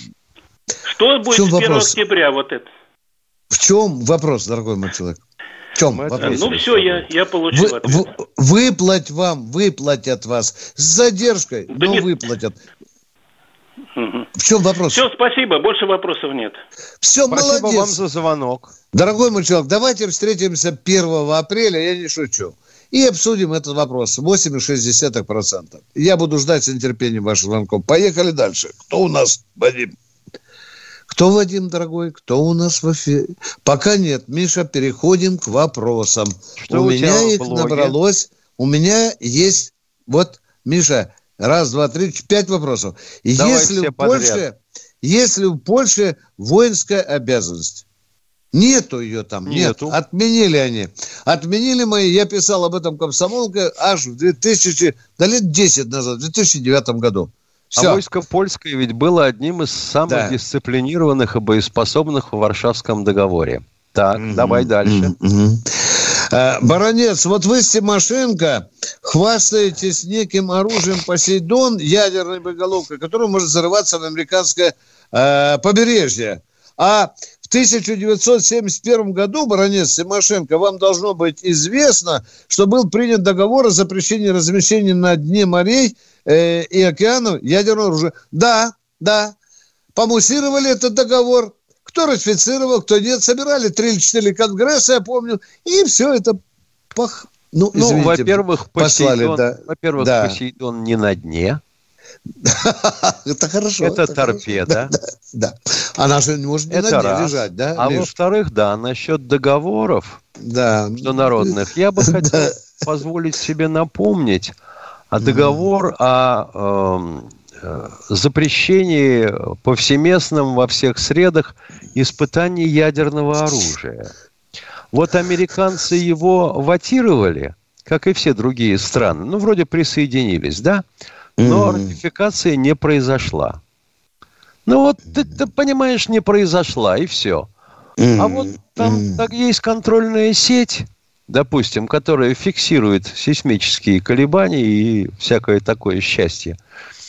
Что будет с первого вопрос? октября? Вот это? В чем вопрос, дорогой мой человек? В чем вопрос? Ну все, я, я получил Вы, ответ. В, выплать вам, выплатят вас с задержкой, да но нет. выплатят. Угу. В чем вопрос? Все, спасибо, больше вопросов нет. Все, спасибо молодец. вам за звонок. Дорогой мой человек, давайте встретимся первого апреля, я не шучу, и обсудим этот вопрос. восемь целых шесть десятых процента. Я буду ждать с нетерпением ваших звонков. Поехали дальше. Кто у нас, Вадим? Кто, Вадим, дорогой? Кто у нас в эфире? Пока нет. Миша, переходим к вопросам. Что у, у меня их блоге? набралось. У меня есть... Вот, Миша, раз, два, три, пять вопросов. Давай если в Польше, если в Польше воинская обязанность, нету ее там, нету. Нет. Отменили они. Отменили мои. Я писал об этом комсомолке аж в две тысячи, да лет десять назад, в две тысячи девятом году. Все. А войско польское ведь было одним из самых да. дисциплинированных и боеспособных в Варшавском договоре. Так, mm-hmm. давай дальше. Mm-hmm. А, Баронец, вот вы с Тимошенко хвастаетесь неким оружием «Посейдон», ядерной боеголовкой, которая может взрываться в американское э, побережье. А в тысяча девятьсот семьдесят первом году, баронец Тимошенко, вам должно быть известно, что был принят договор о запрещении размещения на дне морей э, и океанов ядерного оружия. Да, да, помуссировали этот договор. Кто ратифицировал, кто нет. Собирали три или четыре конгресса, я помню, и все это пах... Ну, извините, ну во-первых, послали, Посейдон, да. во-первых, да. Посейдон не на дне. Это хорошо. Это, это торпеда. Да, да, да. Она же не может не на дне лежать, да? А Миш? Во-вторых, да, насчет договоров да. международных, я бы хотел да. позволить себе напомнить о договор mm. о э, запрещении повсеместном во всех средах испытаний ядерного оружия. Вот американцы его ватировали, как и все другие страны. Ну, вроде присоединились, да? Но mm-hmm. ратификация не произошла. Ну вот, ты, ты понимаешь, не произошла, и все. Mm-hmm. А вот там mm-hmm. так есть контрольная сеть, допустим, которая фиксирует сейсмические колебания и всякое такое счастье,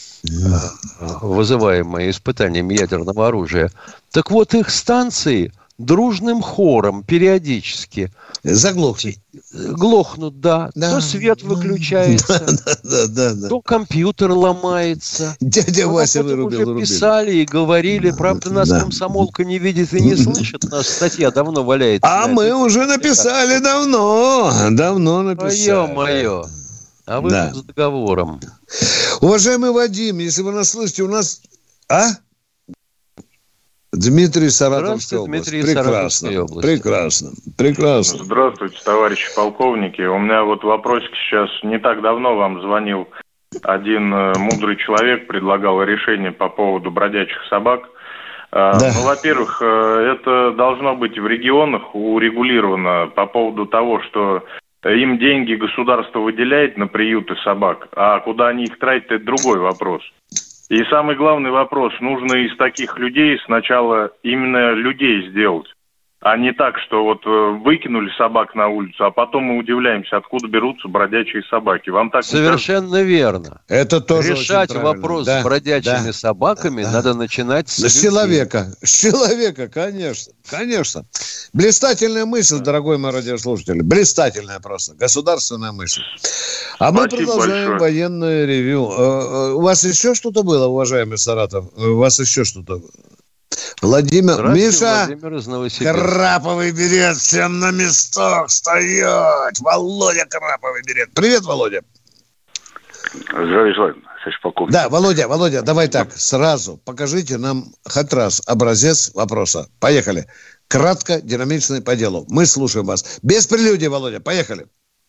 mm-hmm. вызываемое испытанием ядерного оружия. Так вот, их станции дружным хором периодически заглохнут. Глохнут, да. да. То свет выключается, да, да, да, да. то компьютер ломается. Дядя Вася вырубил уже писали и говорили, правда, нас да. комсомолка не видит и не слышит, наша статья давно валяется. А мы уже написали давно, давно написали. Ё-моё. А вы да. тут с договором. Уважаемый Вадим, если вы нас слышите, у нас... А? Дмитрий, Саратовская область. Дмитрий, прекрасно, область. прекрасно, прекрасно. Здравствуйте, товарищи полковники. У меня вот вопросик сейчас. Не так давно вам звонил один мудрый человек, предлагал решение по поводу бродячих собак. Да. Ну, во-первых, это должно быть в регионах урегулировано по поводу того, что им деньги государство выделяет на приюты собак, а куда они их тратят, это другой вопрос. И самый главный вопрос, нужно из таких людей сначала именно людей сделать, а не так, что вот выкинули собак на улицу, а потом мы удивляемся, откуда берутся бродячие собаки. Вам так совершенно верно. Это тоже решать вопрос да, с бродячими да, собаками да, надо начинать с, с человека. С человека, конечно, конечно. Блистательная мысль, дорогой мой радиослушатель, блистательная просто, государственная мысль. А мы Спасибо продолжаем большое. Военное ревью. У вас еще что-то было, уважаемый Саратов? У вас еще что-то было? Владимир, Миша, Краповый берет, всем на местах стоять. Володя Краповый берет. Привет, Володя. Здравия желаю, товарищ полковник. Да, Володя, Володя, давай так, сразу покажите нам хоть раз образец вопроса. Поехали. Кратко, динамично по делу. Мы слушаем вас. Без прелюдий, Володя, поехали.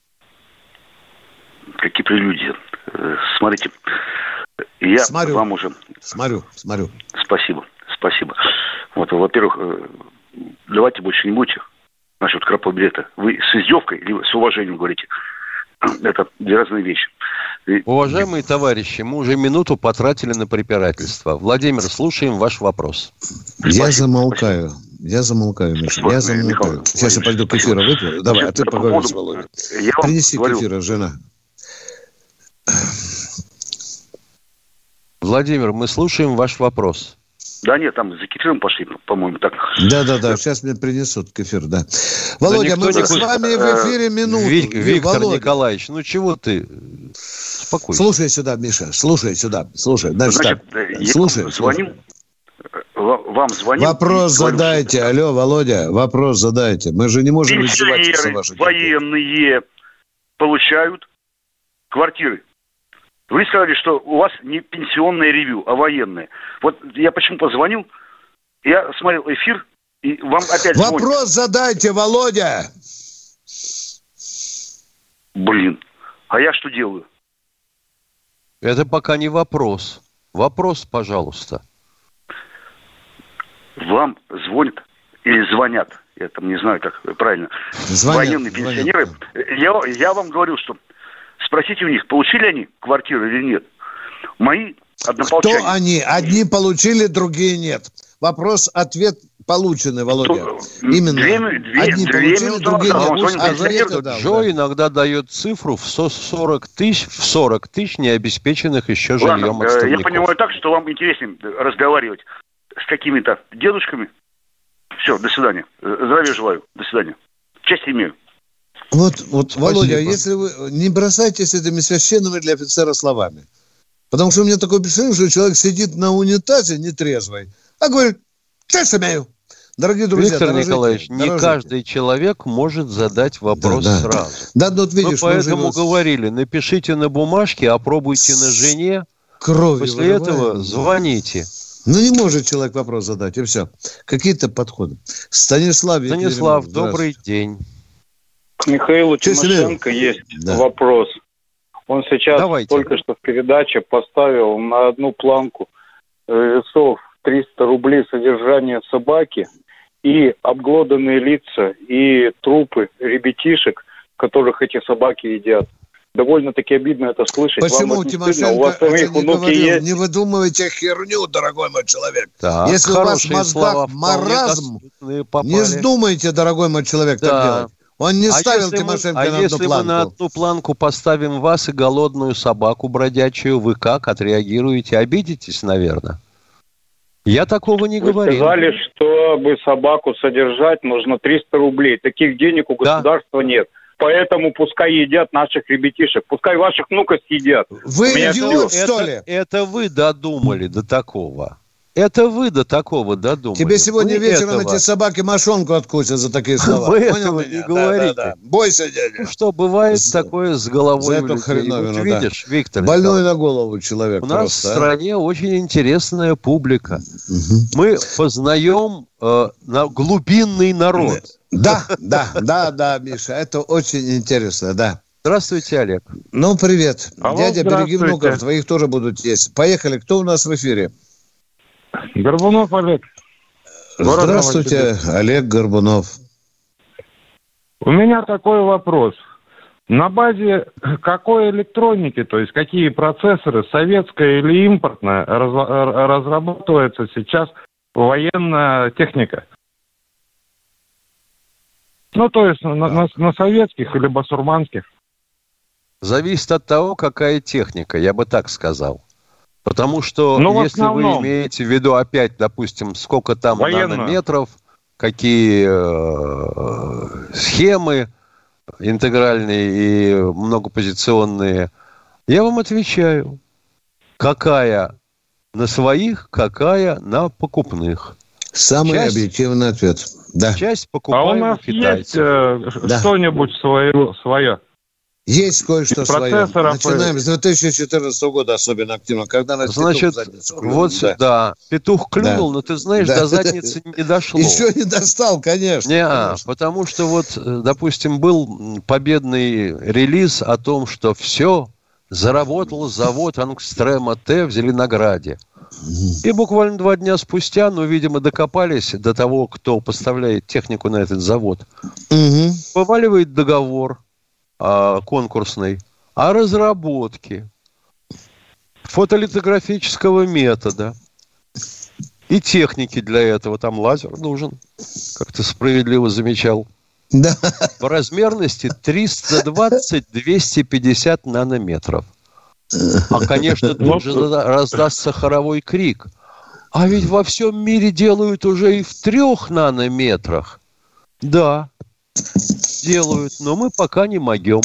Какие прелюдии? Смотрите, я смотрю. вам уже... Смотрю, смотрю. Спасибо. Спасибо. Вот, во-первых, давайте больше не будете насчет Крапового билета. Вы с издевкой или с уважением говорите? Это две разные вещи. Уважаемые товарищи, мы уже минуту потратили на препирательство. Владимир, слушаем ваш вопрос. Я Спасибо. замолкаю. Я замолкаю, Миша. Я замолкаю. Михаил, Сейчас я пойду кефира выпью. Давай, Значит, а ты поговори с Володей. Принеси говорю... кефира, жена. Владимир, мы слушаем ваш вопрос. Да нет, там за кефиром пошли, по-моему, так. Да-да-да, сейчас мне принесут кефир, да. Володя, мы с вами в эфире минуту. Вик, Виктор Володя. Николаевич, ну чего ты? Спокойно. Слушай сюда, Миша, слушай сюда, слушай. Значит, Значит так, я слушай. Звонил, вам звонил. Вопрос задайте, говорю, алло, Володя, вопрос задайте. Мы же не можем издеваться ваши. Военные получают квартиры. Вы сказали, что у вас не пенсионное ревью, а военное. Вот я почему позвонил, я смотрел эфир, и вам опять звонят. Вопрос задайте, Володя! Блин, а я что делаю? Это пока не вопрос. Вопрос, пожалуйста. Вам звонят или звонят, я там не знаю, как правильно, звонят, военные пенсионеры. Звонят. Я, я вам говорю, что... Спросите у них, получили они квартиру или нет. Мои однополчане... Кто они? Одни получили, другие нет. Вопрос, ответ полученный, Володя. Кто? Именно. Две, две, Одни две получили, другие нет. А да, Джо да. иногда дает цифру в сорок тысяч, в сорок тысяч необеспеченных еще Ладно, жильем отставников. Я понимаю так, что вам интереснее разговаривать с какими-то дедушками. Все, до свидания. Здравия желаю. До свидания. Честь имею. Вот, вот Володя, если вы не бросайтесь этими священными для офицера словами. Потому что у меня такое впечатление, что человек сидит на унитазе нетрезвый, а говорит, честь имею. Дорогие друзья, Виктор дорожите, Николаевич, дорожите. не каждый человек может задать вопрос да, да. сразу. Да, ну, вот видишь, мы поэтому мы говорили, напишите на бумажке, опробуйте на жене, кровью после вырываем. этого звоните. Ну, не может человек вопрос задать, и все. Какие-то подходы. Станислав, Станислав, добрый день. К Михаилу Тимошенко есть да. вопрос. Он сейчас Давайте. только что в передаче поставил на одну планку весов триста рублей содержание собаки и обглоданные лица, и трупы ребятишек, которых эти собаки едят. Довольно-таки обидно это слышать. Почему, Тимошенко, у вас самих внуки есть? Не выдумывайте херню, дорогой мой человек. Так, если у вас в мозгах маразм, не вздумайте, дорогой мой человек, да. так делать. Он не а ставил Тимошенко мы, на а одну планку. А если мы на одну планку поставим вас и голодную собаку бродячую, вы как отреагируете? Обидитесь, наверное? Я такого не Вы говорил. сказали, чтобы собаку содержать, нужно триста рублей. Таких денег у государства да. нет. Поэтому пускай едят наших ребятишек. Пускай ваших внуков съедят. Вы идиот, что ли? Это, это вы додумали до такого. Это вы до такого додумали. Тебе сегодня вы вечером этого... эти собаки мошонку откусят за такие слова. Вы этого не говорите. Да, да, да. Бойся, дядя. Ну, что, бывает за... такое с головой за эту хреновину, вот видишь, да. Виктор больной на голову человек. У просто, нас а? в стране очень интересная публика. Угу. Мы познаем э, на глубинный народ. Да, да, да, да, Миша, это очень интересно, да. Здравствуйте, Олег. Ну, привет. Алло, дядя, береги внуков, твоих тоже будут есть. Поехали, кто у нас в эфире? Горбунов Олег. Город Здравствуйте, Новосибирск. Олег Горбунов. У меня такой вопрос. На базе какой электроники, то есть какие процессоры, советская или импортная, раз, разрабатывается сейчас военная техника? Ну, то есть на, на, на советских или басурманских? Зависит от того, какая техника, я бы так сказал. Потому что, ну, если вы имеете в виду опять, допустим, сколько там военную. нанометров, какие э, схемы интегральные и многопозиционные, я вам отвечаю, какая на своих, какая на покупных. Самый часть, объективный ответ. Да. Часть покупаем а у нас китайцев. Есть э, да. что-нибудь свое, свое? Есть кое-что свое. Начинаем с две тысячи четырнадцатого года особенно активно. Когда нас Значит, вот сюда. Да. Петух клюнул, да. но ты знаешь, да. до задницы не дошло. Еще не достал, конечно. Не, конечно. Потому что вот, допустим, был победный релиз о том, что все, заработал завод Ангстрема Т в Зеленограде. И буквально два дня спустя, ну, видимо, докопались до того, кто поставляет технику на этот завод. Угу. Поваливает договор конкурсный о разработке фотолитографического метода и техники для этого. Там лазер нужен, как ты справедливо замечал. Да. По размерности триста двадцать - двести пятьдесят нанометров. А, конечно, тут же раздастся хоровой крик. А ведь во всем мире делают уже и в трех нанометрах. Да, делают, но мы пока не могем.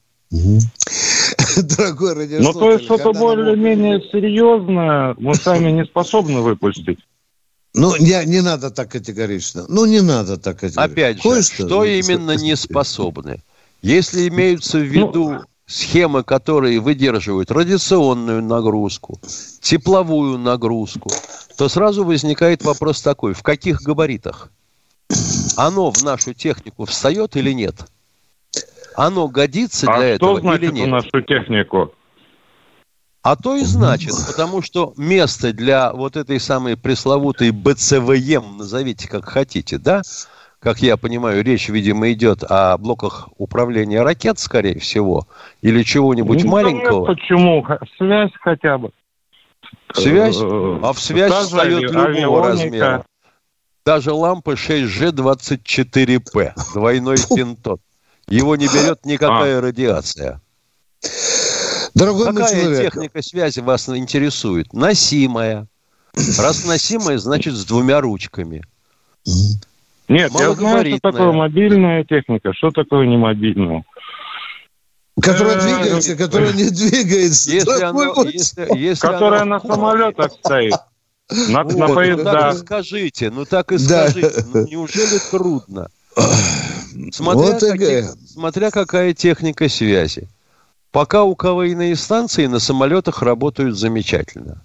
Дорогой радиослушатель. Ну, то есть что-то более-менее серьезное мы сами не способны выпустить. Ну, не, не надо так категорично. Ну, не надо так категорично. Опять же, Кое-что что именно не способны? Если имеются в виду ну, схемы, которые выдерживают радиационную нагрузку, тепловую нагрузку, то сразу возникает вопрос такой: в каких габаритах? Оно в нашу технику встает или нет? Оно годится для а этого что значит или нет? В нашу технику? А то и значит, потому что место для вот этой самой пресловутой бэ цэ вэ эм, назовите как хотите, да? Как я понимаю, речь, видимо, идет о блоках управления ракет, скорее всего, или чего-нибудь ну, маленького. Нет, почему? Связь хотя бы. Связь? А в связь встает любого размера. Даже лампы шесть джи двадцать четыре пэ, двойной пинтон. Его не берет никакая а. радиация. Дорогой Какая человек. техника связи вас интересует? Носимая. Раз носимая, значит с двумя ручками. Нет, я знаю, что такое мобильная техника, что такое не мобильная. Которая двигается, которая не двигается. Которая на самолетах стоит. На, вот, на поездах. Ну так и скажите, ну так и да. скажите. Ну, неужели трудно? Смотря, вот какие, смотря какая техника связи. Пока у КВИные станции на самолетах работают замечательно.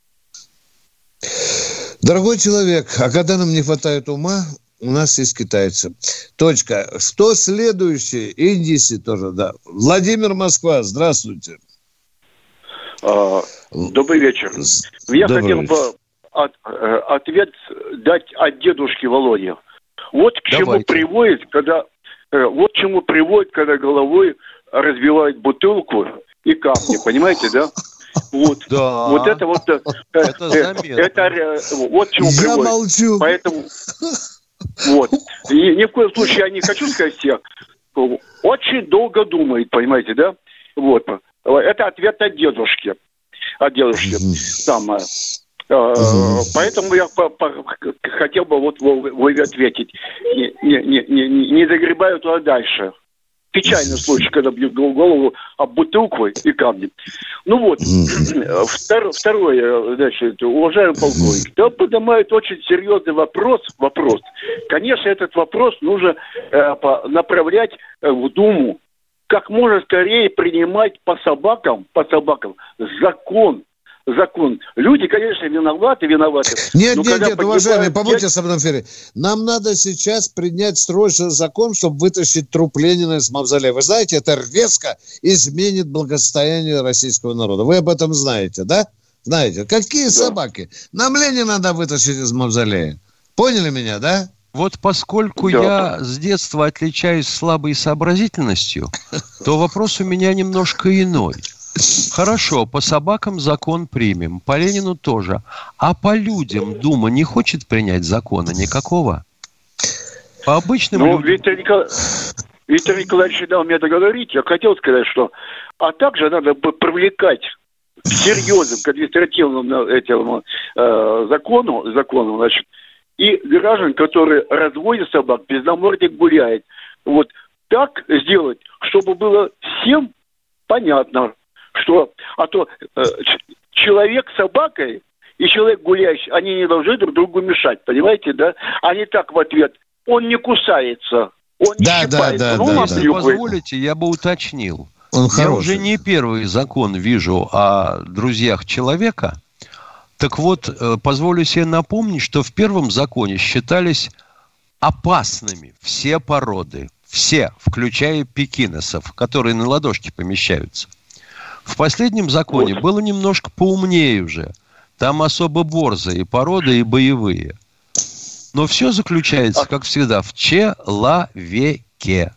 Дорогой человек, а когда нам не хватает ума, у нас есть китайцы. Точка. Что следующее? Индийцы тоже, да. Владимир, Москва, здравствуйте. А, добрый вечер. Я добрый хотел вечер. бы от, ответ дать от дедушки Володи. Вот к Давайте. чему приводит, когда вот к чему приводит, когда головой разбивают бутылку и камни, понимаете, да? Вот, да. вот это вот это, это вот к чему я приводит. Молчу. Поэтому вот. И ни в коем случае я не хочу сказать всех. Очень долго думает, понимаете, да? Вот. Это ответ от дедушки. От дедушки. Там, Угу. Поэтому я по, по, хотел бы вот вы ответить. Не, не, не, не, не загребаю туда дальше. Печальный случай, когда бьют голову об бутылку и камни. Ну вот, втор, второе, значит, уважаемый полковник, да, поднимает очень серьезный вопрос, вопрос. Конечно, этот вопрос нужно э, по, направлять э, в Думу. Как можно скорее принимать по собакам, по собакам закон. Закон. Люди, конечно, виноваты, виноваты. Нет, нет, нет, уважаемые, побудьте со мной в эфире. Нам надо сейчас принять срочный закон, чтобы вытащить труп Ленина из мавзолея. Вы знаете, это резко изменит благосостояние российского народа. Вы об этом знаете, да? Знаете. Какие да. собаки? Нам Ленина надо вытащить из мавзолея. Поняли меня, да? Вот поскольку да. я с детства отличаюсь слабой сообразительностью, то вопрос у меня немножко иной. Хорошо, по собакам закон примем, по Ленину тоже. А по людям Дума не хочет принять закона никакого? По обычным ну, людям... Виктор, Никол... Виктор Николаевич не дал мне договорить. Я хотел сказать, что... А также надо бы привлекать к серьезным, к административному этому, э, закону, закону, значит, и граждан, которые разводят собак, безномордник гуляет. Вот так сделать, чтобы было всем понятно, что, а то э, человек с собакой и человек гуляющий, они не должны друг другу мешать, понимаете, да? Они так в ответ, он не кусается, он не да, щипается. Да, да, ну, да, если да. позволите, я бы уточнил. Он я хороший. уже не первый закон вижу о друзьях человека. Так вот, позволю себе напомнить, что в первом законе считались опасными все породы. Все, включая пекинесов, которые на ладошке помещаются. В последнем законе вот. было немножко поумнее уже. Там особо борзые породы и боевые. Но все заключается, как всегда, в человеке.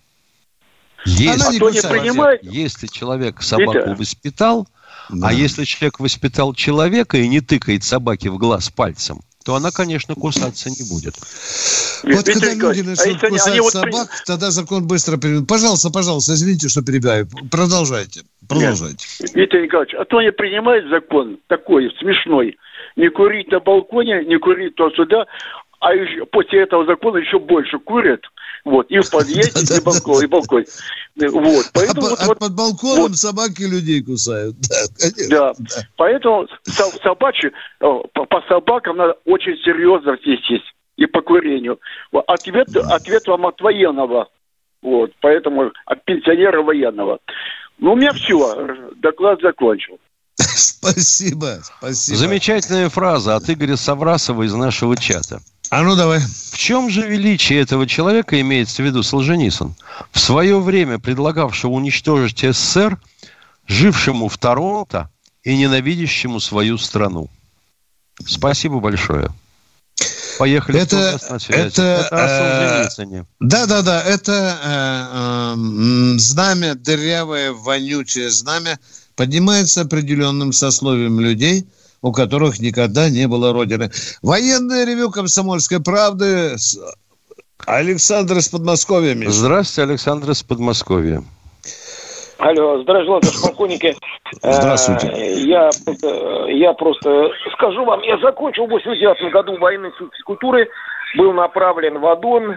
Если, а не принимает... если человек собаку Это... воспитал, да. а если человек воспитал человека и не тыкает собаке в глаз пальцем, то она, конечно, кусаться не будет. Вот Виктор когда люди начнут а кусать они, они собак, вот... тогда закон быстро примет. Пожалуйста, пожалуйста, извините, что перебиваю. Продолжайте. Продолжайте. Нет. Виктор Николаевич, а то они принимают закон такой смешной. Не курить на балконе, не курить туда-сюда, а еще, после этого закона еще больше курят. Вот, и в подъезде, и в балконе, и балкон. Вот, поэтому, а вот, под, вот, под балконом вот, собаки людей кусают. Да, конечно. Да, да. Поэтому собачьи, по, по собакам надо очень серьезно отнестись и по курению. Ответ, ответ вам от военного. Вот, поэтому от пенсионера военного. Ну, у меня все. Доклад закончил. Спасибо, спасибо. Замечательная фраза от Игоря Саврасова из нашего чата. А ну давай. В чем же величие этого человека имеется в виду Солженицын? В свое время предлагавшего уничтожить СССР, жившему в Торонто и ненавидящему свою страну. Спасибо большое. Поехали. Это, это, это о Солженицыне. Да, да, да. Это э, э, знамя, дырявое, вонючее знамя, поднимается определенным сословием людей, у которых никогда не было родины. Военное ревю «Комсомольской правды». Александр из Подмосковья, Миша. Здравствуйте, Александр из Подмосковья. Алло, здравствуйте, полковники. Здравствуйте. Я, я просто скажу вам, я закончил в восемьдесят девятом году военной физкультуры, был направлен в АДОН,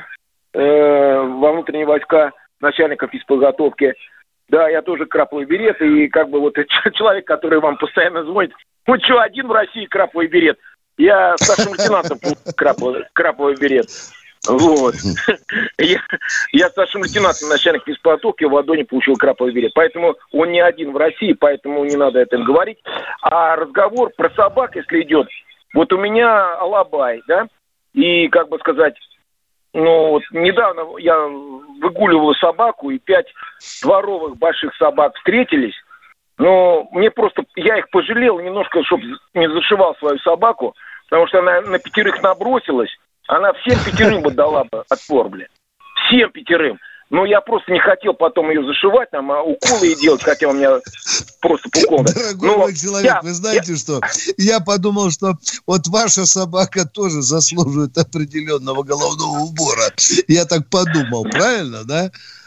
э, во внутренние войска начальника физподготовки. Да, я тоже краповый берет, и как бы вот человек, который вам постоянно звонит, ну что, один в России краповый берет? Я старшим лейтенантом краповый, краповый берет. Вот. Я, я старшим лейтенантом, начальник физподготовки в АДОНе получил краповый берет. Поэтому он не один в России, поэтому не надо это говорить. А разговор про собак, если идет, вот у меня алабай, да, и, как бы сказать, ну, вот недавно я выгуливал собаку, и пять дворовых больших собак встретились. Но мне просто, я их пожалел немножко, чтобы не зашивал свою собаку, потому что она на пятерых набросилась, она всем пятерым бы дала бы отпор, бля. Всем пятерым. Но я просто не хотел потом ее зашивать, там, а уколы ей делать, хотя у меня просто уколы. Дорогой Но мой человек, я, вы знаете я... что? Я подумал, что вот ваша собака тоже заслуживает определенного головного убора. Я так подумал, правильно, да?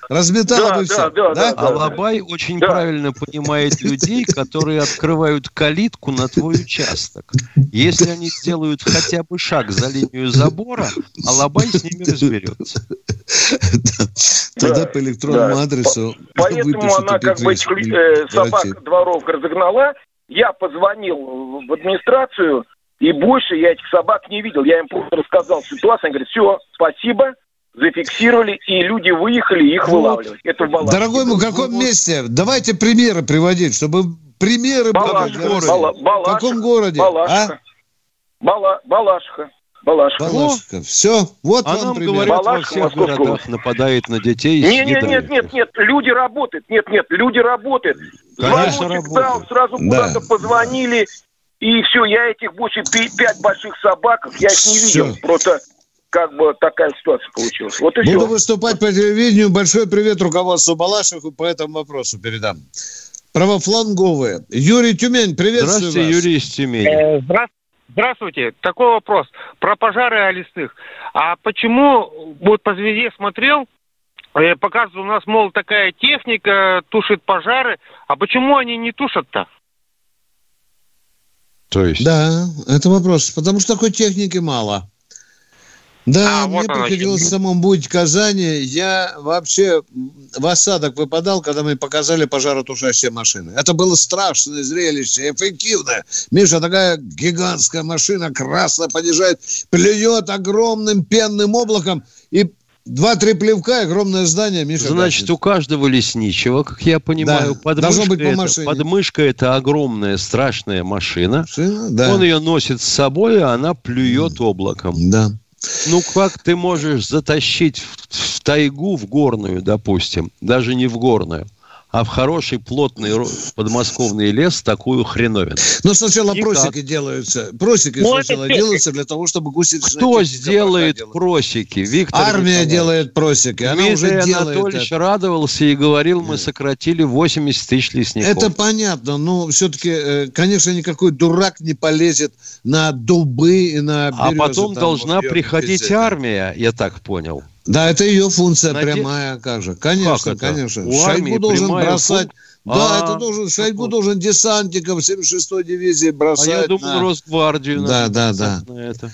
Разметала бы все. Да, да? Алабай очень да. правильно понимает людей, которые открывают калитку на твой участок. Если они сделают хотя бы шаг за линию забора, Алабай с ними разберется. Тогда по электронному адресу. Поэтому она как бы собак дворов разогнала. Я позвонил в администрацию, и больше я этих собак не видел. Я им просто рассказал ситуацию. Они говорят, все, спасибо, зафиксировали, и люди выехали, их вот. вылавливать. Это в Балашихе. Дорогой мой, в каком вот. месте? Давайте примеры приводить, чтобы примеры Балашиха, были. Бала, Балашиха, в каком городе? Балашиха. А? Бала, Балашиха. Балашиха. Балашиха. Все, вот а вам нам пример. Говорят, Балашиха, во всех городах нападает на детей. Нет, нет, нет, нет, нет, люди работают. Нет, нет, люди работают. Звоночек дал, сразу да. куда-то позвонили, и все, я этих больше пять больших собак, я их не видел. Все. Просто как бы такая ситуация получилась. Вот и Буду все. выступать по телевидению. Большой привет руководству Балашиху по этому вопросу передам. Правофланговые. Юрий, Тюмень, приветствую Здравствуйте, вас. Юрий из Тюмени. Э, здравствуйте. Здравствуйте. Такой вопрос. Про пожары лесных. А почему, вот по звезде смотрел, э, показывают, у нас, мол, такая техника тушит пожары, а почему они не тушат-то? То есть? Да, это вопрос. Потому что такой техники мало. Да, а, мне вот приходилось она. самому быть в Казани. Я вообще в осадок выпадал, когда мы показали пожаротушащие машины. Это было страшное зрелище, эффективное. Миша, такая гигантская машина, красная, подъезжает, плюет огромным пенным облаком, и два-три плевка, огромное здание, Миша. Значит, гаснет. У каждого лесничего, как я понимаю, да, подмышка, быть это, подмышка это огромная страшная машина. машина да. Он ее носит с собой, а она плюет облаком. Да. Ну, как ты можешь затащить в, в тайгу, в горную, допустим, даже не в горную, а в хороший плотный подмосковный лес такую хреновину? Но сначала Никак. просеки делаются. Просеки ну, сначала это... делаются для того, чтобы гусеничная Кто сделает просеки? Виктор Армия Николаевич. делает просеки. Она Дмитрий уже делает Анатольевич это. радовался и говорил, мы сократили восемьдесят тысяч лесников. Это понятно, но все-таки, конечно, никакой дурак не полезет на дубы и на березы. А потом там, должна вот, приходить везде. армия, я так понял. Да, это ее функция Наде... прямая, как же. Конечно, как конечно. У Шойгу должен бросать. Фун... Да, а, это должен, Шойгу должен десантников семьдесят шестой дивизии бросать. А я думал, на... Росгвардию. Да, да, да. На это.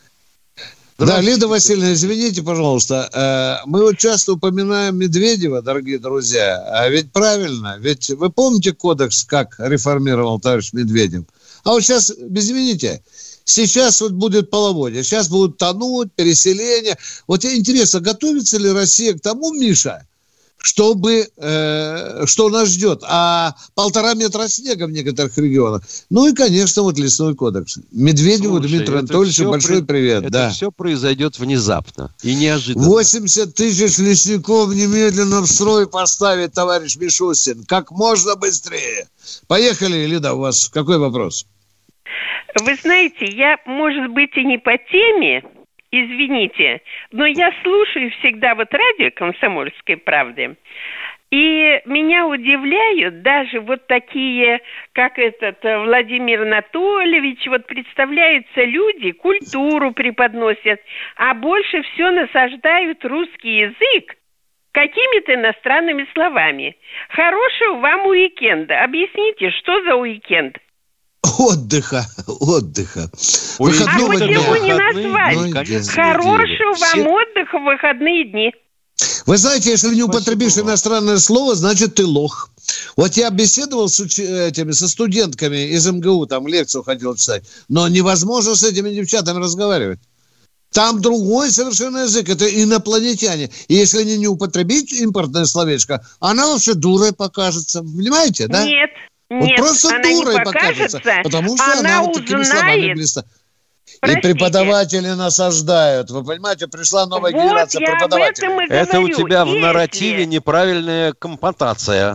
Да, Лида Васильевна, извините, пожалуйста. Мы вот часто упоминаем Медведева, дорогие друзья. А ведь правильно, ведь вы помните кодекс, как реформировал товарищ Медведев? А вот сейчас, извините, сейчас вот будет половодье, сейчас будут тонуть, переселение. Вот интересно, готовится ли Россия к тому, Миша, чтобы, э, что нас ждет? А полтора метра снега в некоторых регионах. Ну и, конечно, вот лесной кодекс. Медведеву Слушай, Дмитрию Анатольевичу большой при... привет. Это да. все произойдет внезапно и неожиданно. восемьдесят тысяч лесников немедленно в строй поставить, товарищ Мишустин. Как можно быстрее. Поехали, Лида, у вас какой вопрос? Вы знаете, я, может быть, и не по теме, извините, но я слушаю всегда вот радио «Комсомольской правды», и меня удивляют даже вот такие, как этот Владимир Анатольевич, вот представляются люди, культуру преподносят, а больше все насаждают русский язык какими-то иностранными словами. Хорошего вам уикенда. Объясните, что за уикенд? Отдыха, отдыха. А почему не назвать? Хорошего вам отдыха в выходные дни. Вы знаете, если не употребишь Спасибо. иностранное слово, значит, ты лох. Вот я беседовал с уч... этими, со студентками из эм гэ у, там лекцию ходил читать, но невозможно с этими девчатами разговаривать. Там другой совершенно язык, это инопланетяне. И если не, не употребить импортное словечко, она вообще дурой покажется. Понимаете, да? Нет. Вот Нет, просто она дурой не покажется, покажется, потому что она, она вот такими словами близко. И преподаватели насаждают. Вы понимаете, пришла новая вот генерация преподавателей. Это у тебя Если... в нарративе неправильная компонтация.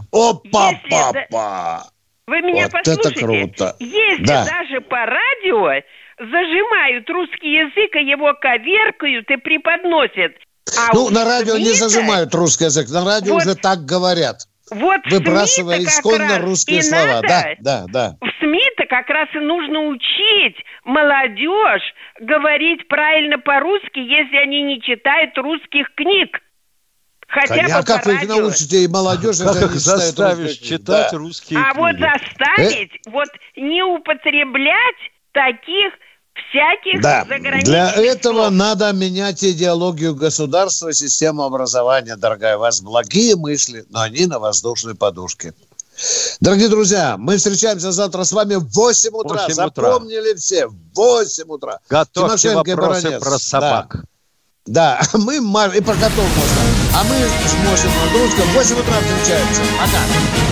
Опа-папа! Вы меня вот послушайте. Это круто. Если да. даже по радио зажимают русский язык, и его коверкают и преподносят. А ну, на радио СМИ-то... не зажимают русский язык, на радио вот... уже так говорят. Вот выбрасывая исконно русские слова. Надо, да, да, да. В СМИ-то как раз и нужно учить молодежь говорить правильно по-русски, если они не читают русских книг. Хотя а бы как по вы их радио. научите и молодежь, как если их они заставишь русские... читать да. русские А книги? вот заставить, э? вот не употреблять таких всяких да. заграничных Для этого слов. надо менять идеологию государства, систему образования, дорогая. У вас благие мысли, но они на воздушной подушке. Дорогие друзья, мы встречаемся завтра с вами в восемь утра. восемь Запомнили все? В восемь утра. Готовьте Тимошенко вопросы и Баранец. про собак. Да, да. Мы и про котов можно. А мы с Мошей Мордовским в восемь утра встречаемся. Пока.